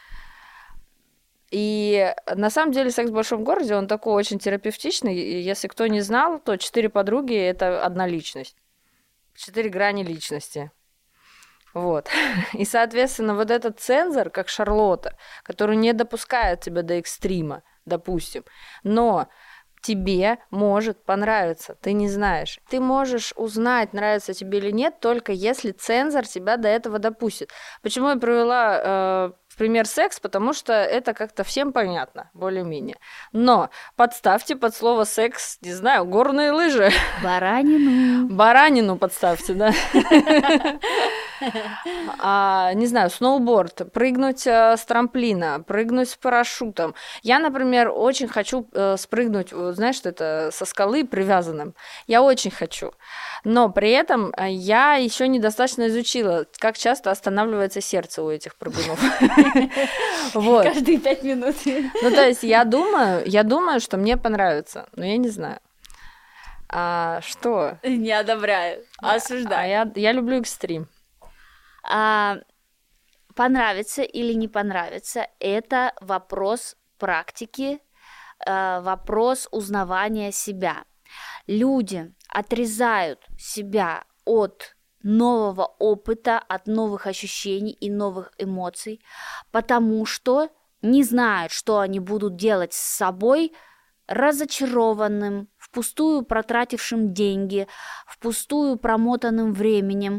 И на самом деле «Секс в большом городе», он такой очень терапевтичный. И если кто не знал, то 4 подруги – это одна личность. 4 грани личности. Вот. И, соответственно, вот этот цензор, как Шарлотта, который не допускает тебя до экстрима, допустим, но тебе может понравиться, ты не знаешь. Ты можешь узнать, нравится тебе или нет, только если цензор тебя до этого допустит. Почему я привела в пример секс? Потому что это как-то всем понятно, более-менее. Но подставьте под слово секс, не знаю, горные лыжи. Баранину. Баранину подставьте, да. Не знаю, сноуборд, прыгнуть с трамплина, прыгнуть с парашютом. Я, например, очень хочу спрыгнуть, знаешь, что это со скалы привязанным. Я очень хочу. Но при этом я еще недостаточно изучила, как часто останавливается сердце у этих прыгунов. Каждые 5 минут. Ну, то есть я думаю, что мне понравится, но я не знаю. Что? Не одобряю, осуждаю. Я люблю экстрим. Понравится или не понравится, это вопрос практики, вопрос узнавания себя. Люди отрезают себя от нового опыта, от новых ощущений и новых эмоций, потому что не знают, что они будут делать с собой, разочарованным, впустую протратившим деньги, впустую промотанным временем,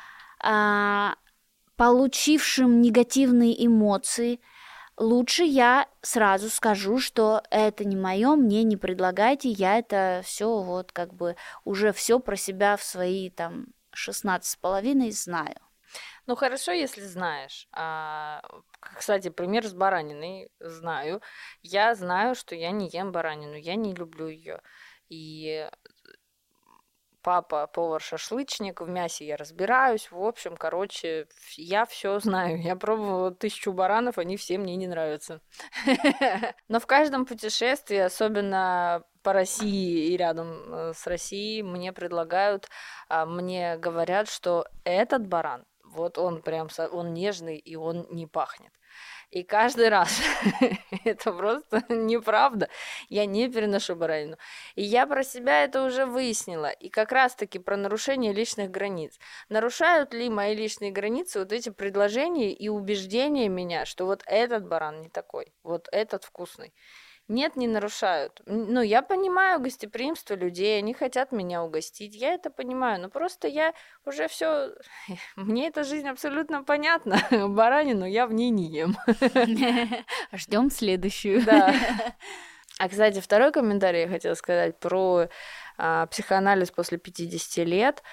получившим негативные эмоции. Лучше я сразу скажу, что это не мое, мне не предлагайте, я это все вот как бы уже все про себя в свои там 16,5 знаю. Ну хорошо, если знаешь. Кстати, пример с бараниной знаю. Я знаю, что я не ем баранину, я не люблю ее. И папа повар-шашлычник, в мясе я разбираюсь. В общем, короче, я все знаю. Я пробовала 1000 баранов, они все мне не нравятся. Но в каждом путешествии, особенно по России и рядом с Россией, мне предлагают, мне говорят, что этот баран, вот он прям, он нежный и он не пахнет. И каждый раз это просто неправда. Я не переношу баранину. И я про себя это уже выяснила. И как раз-таки про нарушение личных границ. Нарушают ли мои личные границы вот эти предложения и убеждения меня, что вот этот баран не такой, вот этот вкусный? Нет, не нарушают. Ну, я понимаю гостеприимство людей, они хотят меня угостить, я это понимаю, но просто я уже все, мне эта жизнь абсолютно понятна, баранину я в ней не ем. Ждем следующую. Да. Кстати, второй комментарий я хотела сказать про психоанализ после 50 лет.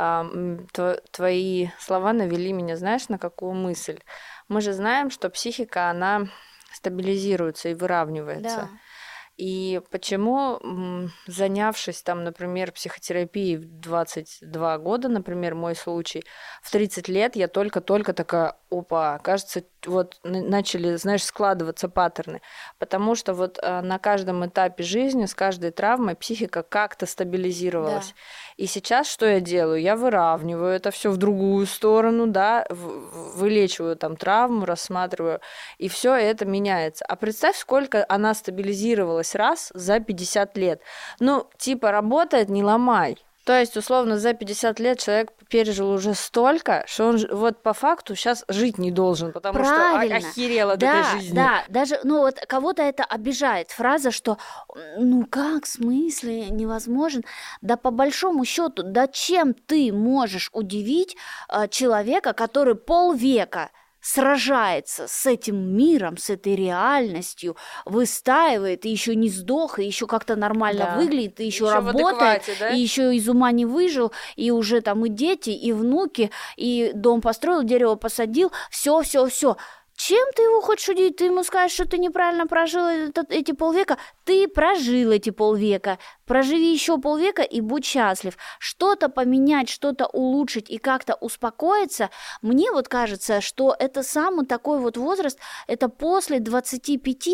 Твои слова навели меня, знаешь, на какую мысль? Мы же знаем, что психика, она стабилизируется и выравнивается. Да. И почему, занявшись там, например, психотерапией в 22 года, например, мой случай, в 30 лет я только-только такая, опа, кажется, вот начали, знаешь, складываться паттерны. Потому что вот на каждом этапе жизни, с каждой травмой психика как-то стабилизировалась. Да. И сейчас что я делаю? Я выравниваю это все в другую сторону, да, вылечиваю там травму, рассматриваю, и все это меняется. А представь, сколько она стабилизировалась раз за 50 лет. Ну, типа, работает, не ломай. То есть, условно, за 50 лет человек пережил уже столько, что он вот по факту сейчас жить не должен, потому правильно. Что охерел от этой жизни. Да, даже, ну вот кого-то это обижает, фраза, что ну как, в смысле, невозможен. Да по большому счету, да чем ты можешь удивить человека, который полвека сражается с этим миром, с этой реальностью, выстаивает, и еще не сдох, и еще как-то нормально выглядит, и еще работает, да? И еще из ума не выжил, и уже там и дети, и внуки, и дом построил, дерево посадил, все. Чем ты его хочешь удивить? Ты ему скажешь, что ты неправильно прожил эти полвека? Ты прожил эти полвека. Проживи еще полвека и будь счастлив. Что-то поменять, что-то улучшить и как-то успокоиться. Мне вот кажется, что это самый такой вот возраст, это после 25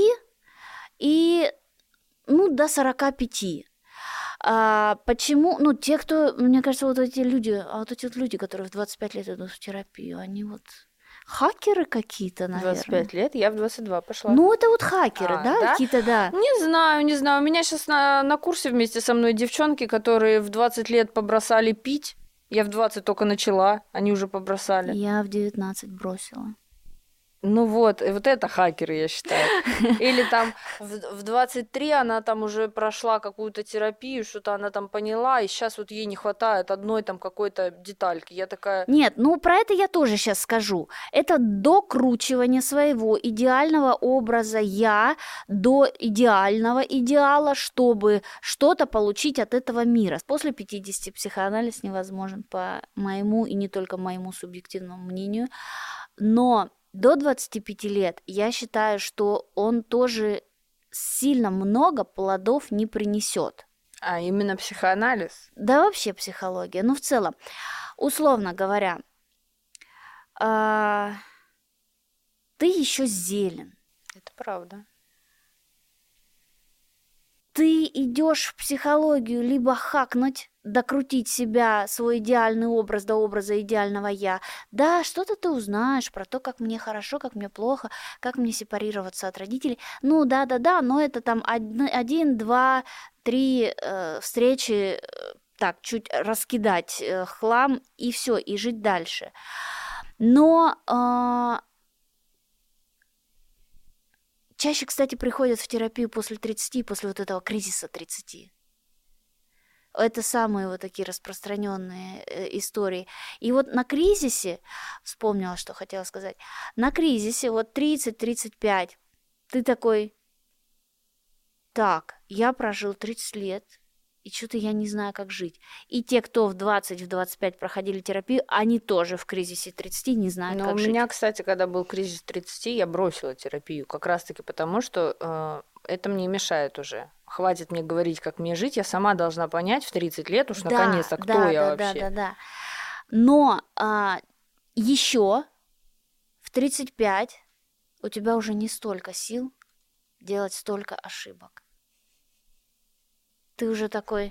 и до 45. Почему? Ну, те, кто, мне кажется, вот эти люди, которые в 25 лет идут в терапию, они вот... Хакеры какие-то, наверное. 25 лет, я в 22 пошла. Ну, это вот хакеры, да? Какие-то, да. Не знаю. У меня сейчас на курсе вместе со мной девчонки, которые в 20 лет побросали пить. Я в 20 только начала, они уже побросали. Я в 19 бросила. Ну вот, и вот это хакеры, я считаю. Или там в 23 она там уже прошла какую-то терапию, что-то она там поняла, и сейчас вот ей не хватает одной там какой-то детальки. Я такая... Нет, ну про это я тоже сейчас скажу. Это докручивание своего идеального образа «я» до идеального идеала, чтобы что-то получить от этого мира. После 50 психоанализ невозможен, по моему и не только моему субъективному мнению. Но до 25 лет я считаю, что он тоже сильно много плодов не принесет. А именно психоанализ? Да вообще психология, ну в целом. Условно говоря, ты еще зелен. Это правда. Ты идешь в психологию либо хакнуть, докрутить себя, свой идеальный образ до образа идеального я. Да, что-то ты узнаешь про то, как мне хорошо, как мне плохо, как мне сепарироваться от родителей. Ну да, но это там 1, 2, 3 встречи, так, чуть раскидать хлам и все, и жить дальше. Но чаще, кстати, приходят в терапию после 30, после вот этого кризиса 30. Это самые вот такие распространенные истории. И вот на кризисе, вспомнила, что хотела сказать, на кризисе вот 30-35, ты такой, так, я прожил 30 лет, и что-то я не знаю, как жить. И те, кто в 20, в 25 проходили терапию, они тоже в кризисе 30 не знают, как жить. Но у меня, кстати, когда был кризис 30, я бросила терапию, как раз-таки потому, что это мне мешает уже. Хватит мне говорить, как мне жить, я сама должна понять в 30 лет уж наконец-то, кто я вообще. Да. Но еще в 35 у тебя уже не столько сил делать столько ошибок. Ты уже такой,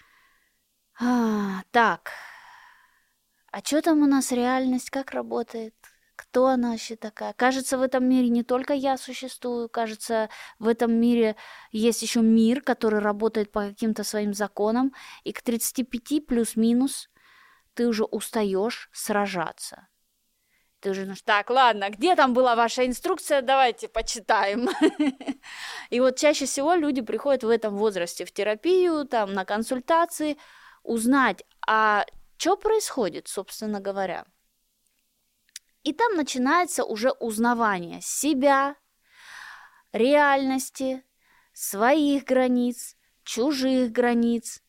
так, а что там у нас реальность, как работает? Кто она вообще такая? Кажется, в этом мире не только я существую, кажется, в этом мире есть еще мир, который работает по каким-то своим законам, и к 35 плюс-минус ты уже устаешь сражаться. Ты уже думаешь, так, ладно, где там была ваша инструкция, давайте почитаем. И вот чаще всего люди приходят в этом возрасте в терапию, там, на консультации, узнать, а что происходит, собственно говоря. И там начинается уже узнавание себя, реальности, своих границ, чужих границ,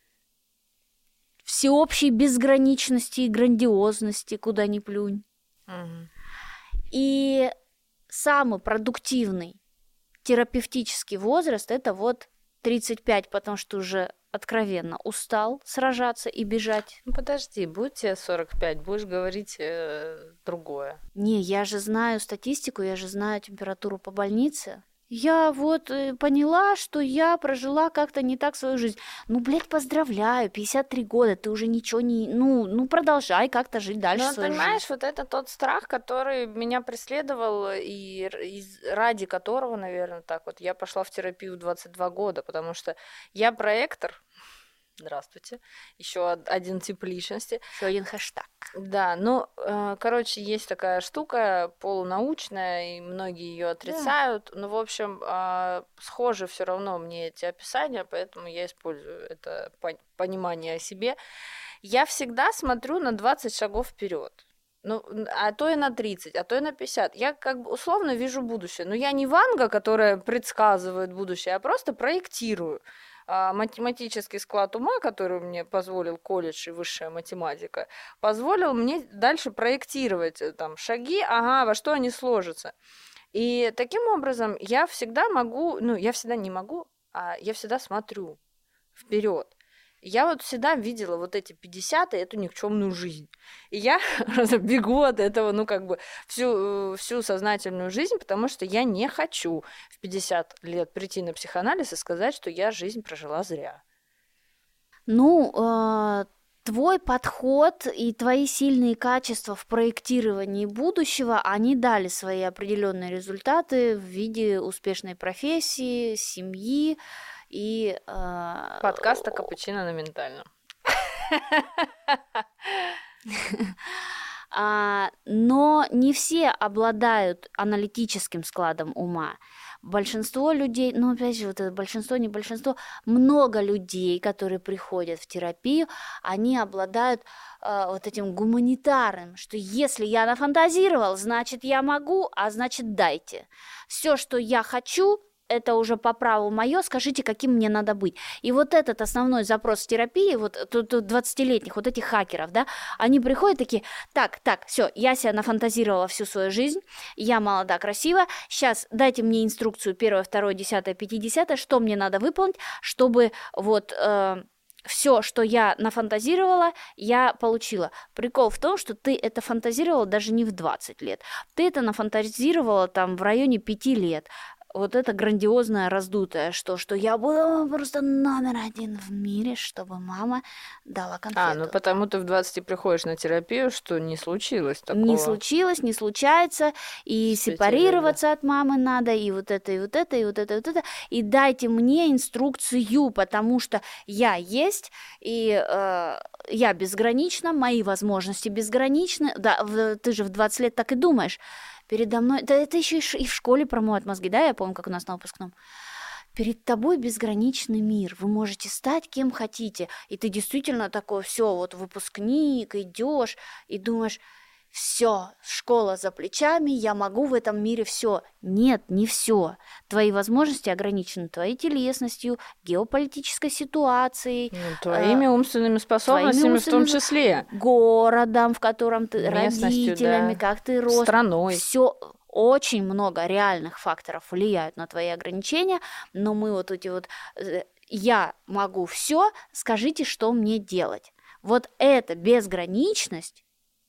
всеобщей безграничности и грандиозности, куда ни плюнь. Угу. И самый продуктивный терапевтический возраст – это вот 35, потому что уже откровенно устал сражаться и бежать. Ну подожди, будь тебе 45, будешь говорить другое. Не, я же знаю статистику, я же знаю температуру по больнице. Я вот поняла, что я прожила как-то не так свою жизнь. Ну, блядь, поздравляю, 53 года, ты уже ничего не... Ну продолжай как-то жить дальше свою жизнь. Понимаешь, вот это тот страх, который меня преследовал, и ради которого, наверное, так вот, я пошла в терапию в 22 года, потому что я проектор. Здравствуйте. Еще один тип личности. Еще один хэштаг. Да, ну, короче, есть такая штука полунаучная, и многие ее отрицают. Да. Ну, в общем, схожи все равно мне эти описания, поэтому я использую это понимание о себе. Я всегда смотрю на 20 шагов вперед. Ну, а то и на 30, а то и на 50. Я как бы условно вижу будущее. Но я не Ванга, которая предсказывает будущее, а просто проектирую. Математический склад ума, который мне позволил колледж и высшая математика, позволил мне дальше проектировать там шаги, во что они сложатся. И таким образом я всегда могу, я всегда не могу, я всегда смотрю вперед. Я вот всегда видела вот эти 50 и эту никчемную жизнь. И я бегу от этого, всю сознательную жизнь, потому что я не хочу в 50 лет прийти на психоанализ и сказать, что я жизнь прожила зря. Твой подход и твои сильные качества в проектировании будущего, они дали свои определенные результаты в виде успешной профессии, семьи, и подкаста «Капучино на ментальном». Но не все обладают аналитическим складом ума. Большинство людей, ну опять же, вот это большинство, не большинство, много людей, которые приходят в терапию, они обладают вот этим гуманитарным, что если я нафантазировал, значит я могу, а значит дайте. Все, что я хочу, это уже по праву мое, скажите, каким мне надо быть. И вот этот основной запрос в терапии, вот тут 20-летних, вот этих хакеров, да, они приходят такие, так, все, я себя нафантазировала всю свою жизнь, я молода, красива, сейчас дайте мне инструкцию 1, 2, 10, 50, что мне надо выполнить, чтобы вот... все, что я нафантазировала, я получила. Прикол в том, что ты это фантазировала даже не в 20 лет. Ты это нафантазировала там в районе 5 лет. Вот это грандиозное, раздутое, что я буду просто номер 1 в мире, чтобы мама дала конфету. Ну потому ты в 20 приходишь на терапию, что не случилось такого. Не случилось, не случается, и сепарироваться от мамы надо, и вот это, и вот это, и вот это, и вот это. И дайте мне инструкцию, потому что я есть, и я безгранична, мои возможности безграничны. Да, ты же в 20 лет так и думаешь. Передо мной, да это еще и в школе промоют мозги, да, я помню, как у нас на выпускном. Перед тобой безграничный мир, вы можете стать кем хотите, и ты действительно такой, все, вот выпускник, идешь и думаешь, все, школа за плечами, я могу в этом мире все. Нет, не все. Твои возможности ограничены твоей телесностью, геополитической ситуацией. Твоими умственными способностями в том числе. Городом, в котором ты, местностью, родителями, да, как ты рос. Страной. Все. Очень много реальных факторов влияют на твои ограничения, но мы вот эти вот «я могу все, скажите, что мне делать». Вот эта безграничность,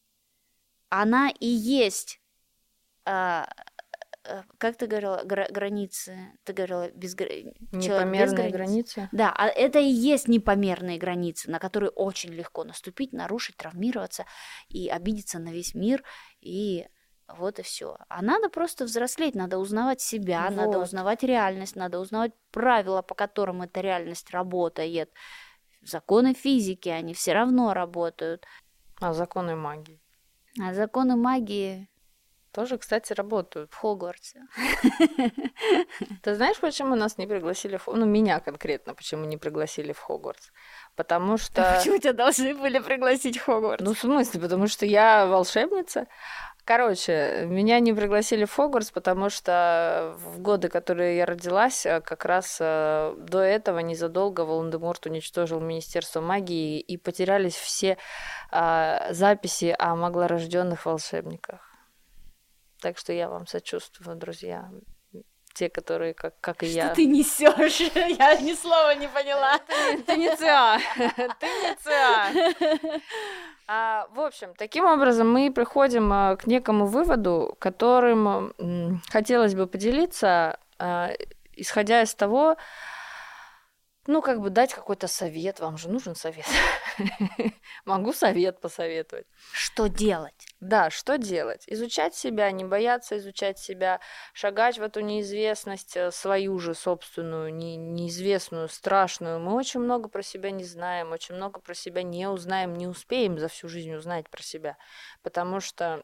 она и есть, как ты говорила, границы, ты говорила, непомерные границы. Да, это и есть непомерные границы, на которые очень легко наступить, нарушить, травмироваться и обидеться на весь мир, и вот и все. А надо просто взрослеть, надо узнавать себя, надо узнавать реальность, надо узнавать правила, по которым эта реальность работает. Законы физики, они все равно работают. А законы магии? А законы магии тоже, кстати, работают. В Хогвартсе. Ты знаешь, почему нас не пригласили меня конкретно, почему не пригласили в Хогвартс? Потому что... Почему тебя должны были пригласить в Хогвартс? В смысле? Потому что я волшебница. Короче, меня не пригласили в Хогвартс, потому что в годы, которые я родилась, как раз до этого, незадолго, Волан-де-Морт уничтожил Министерство магии и потерялись все записи о маглорожденных волшебниках. Так что я вам сочувствую, друзья. Те, которые, как и я. Что ты несешь? Я ни слова не поняла. Ты не ЦА. Ты не ЦА. В общем, таким образом мы приходим к некому выводу, которым хотелось бы поделиться, исходя из того, дать какой-то совет. Вам же нужен совет. Могу совет посоветовать. Что делать? Да, что делать? Изучать себя, не бояться изучать себя, шагать в эту неизвестность, свою же собственную, неизвестную, страшную. Мы очень много про себя не знаем, очень много про себя не узнаем, не успеем за всю жизнь узнать про себя. Потому что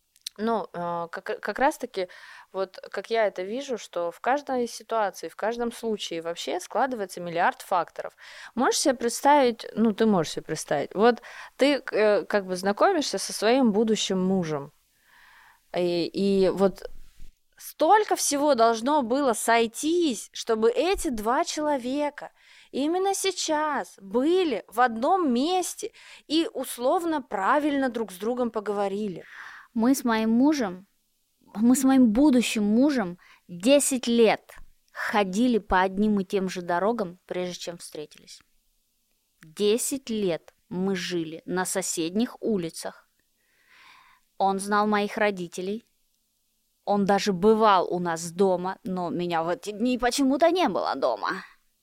как раз-таки, вот как я это вижу, что в каждой ситуации, в каждом случае вообще складывается миллиард факторов. Можешь себе представить, ты можешь себе представить, вот ты знакомишься со своим будущим мужем, и вот столько всего должно было сойтись, чтобы эти два человека именно сейчас были в одном месте и условно правильно друг с другом поговорили. Мы с моим будущим мужем 10 лет ходили по одним и тем же дорогам, прежде чем встретились. 10 лет мы жили на соседних улицах. Он знал моих родителей. Он даже бывал у нас дома, но меня в эти дни почему-то не было дома.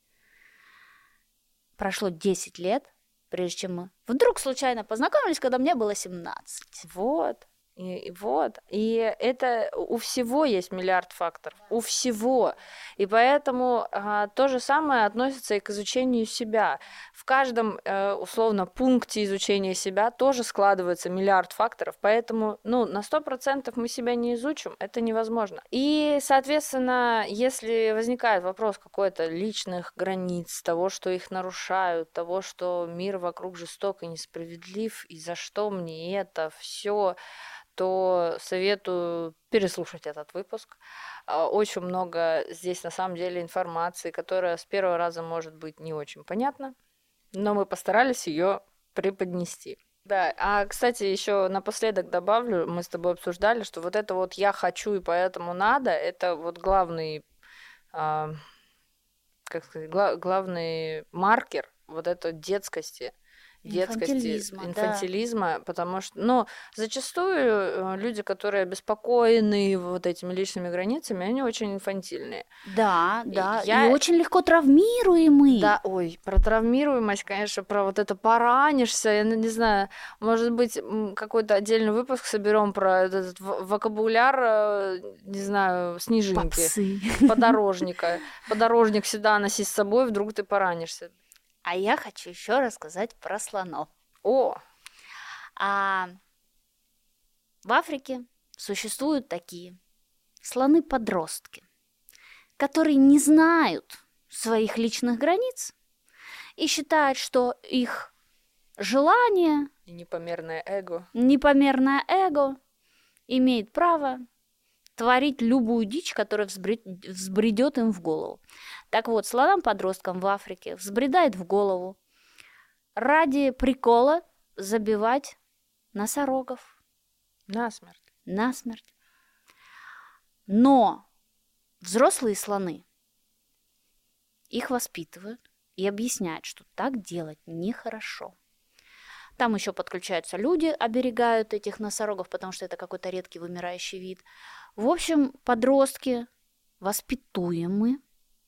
Прошло 10 лет, прежде чем мы вдруг случайно познакомились, когда мне было 17. Вот. И вот, и это у всего есть миллиард факторов, у всего. И поэтому то же самое относится и к изучению себя. В каждом, условно, пункте изучения себя тоже складывается миллиард факторов, поэтому, на 100% мы себя не изучим, это невозможно. И, соответственно, если возникает вопрос какой-то личных границ, того, что их нарушают, того, что мир вокруг жесток и несправедлив, и за что мне это все, то советую переслушать этот выпуск. Очень много здесь на самом деле информации, которая с первого раза может быть не очень понятна, но мы постарались ее преподнести. Да, кстати, еще напоследок добавлю, мы с тобой обсуждали, что вот это вот «я хочу и поэтому надо», это вот главный, как сказать, главный маркер вот этой детскости, инфантилизма, потому что, зачастую люди, которые обеспокоены вот этими личными границами, они очень инфантильные. Да, и очень легко травмируемые. Да, про травмируемость, конечно, про вот это поранишься, я не знаю, может быть, какой-то отдельный выпуск соберем про этот вокабуляр, не знаю, снежинки, попсы, подорожник всегда носи с собой, вдруг ты поранишься. А я хочу еще рассказать про слонов. В Африке существуют такие слоны-подростки, которые не знают своих личных границ и считают, что их желание и непомерное эго имеет право творить любую дичь, которая взбредет им в голову. Так вот, слонам-подросткам в Африке взбредает в голову ради прикола забивать носорогов. Насмерть. Но взрослые слоны их воспитывают и объясняют, что так делать нехорошо. Там еще подключаются люди, оберегают этих носорогов, потому что это какой-то редкий вымирающий вид. В общем, подростки воспитуемы.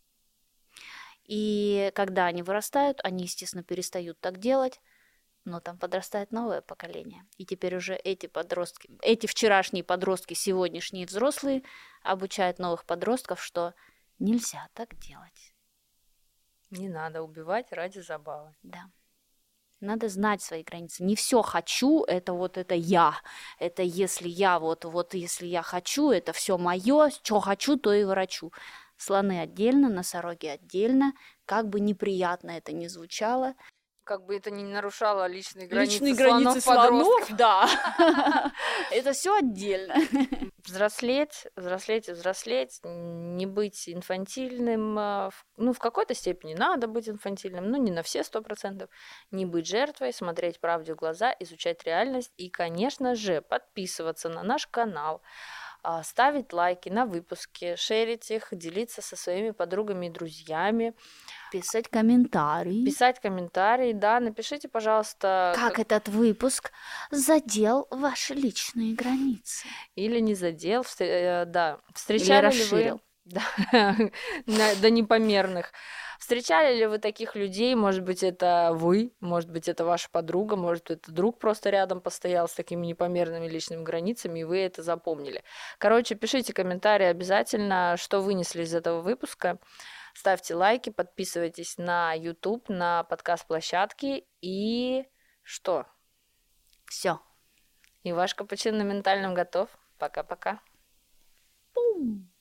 И когда они вырастают, они, естественно, перестают так делать, но там подрастает новое поколение. И теперь уже эти вчерашние подростки, сегодняшние взрослые, обучают новых подростков, что нельзя так делать. Не надо убивать ради забавы. Да. Надо знать свои границы. Не все хочу, это я. Это если я если я хочу, это все мое, что хочу, то и ворочу. Слоны отдельно, носороги отдельно, как бы неприятно это ни звучало. Как бы это ни нарушало личные границы слонов, да. Это все отдельно. Взрослеть, не быть инфантильным. В какой-то степени надо быть инфантильным, но не на все 100%. Не быть жертвой, смотреть правде в глаза, изучать реальность и, конечно же, подписываться на наш канал, ставить лайки на выпуски, шерить их, делиться со своими подругами и друзьями. Писать комментарии, да. Напишите, пожалуйста, как этот выпуск задел ваши личные границы. Или не задел, да. Встречали или расширил. Ли вы до непомерных. Встречали ли вы таких людей? Может быть, это вы, может быть, это ваша подруга, может, это друг просто рядом постоял с такими непомерными личными границами, и вы это запомнили. Короче, пишите комментарии обязательно, что вынесли из этого выпуска. Ставьте лайки, подписывайтесь на YouTube, на подкаст-площадки. И что? Все. И ваш капучино на ментальном готов. Пока-пока. Пум.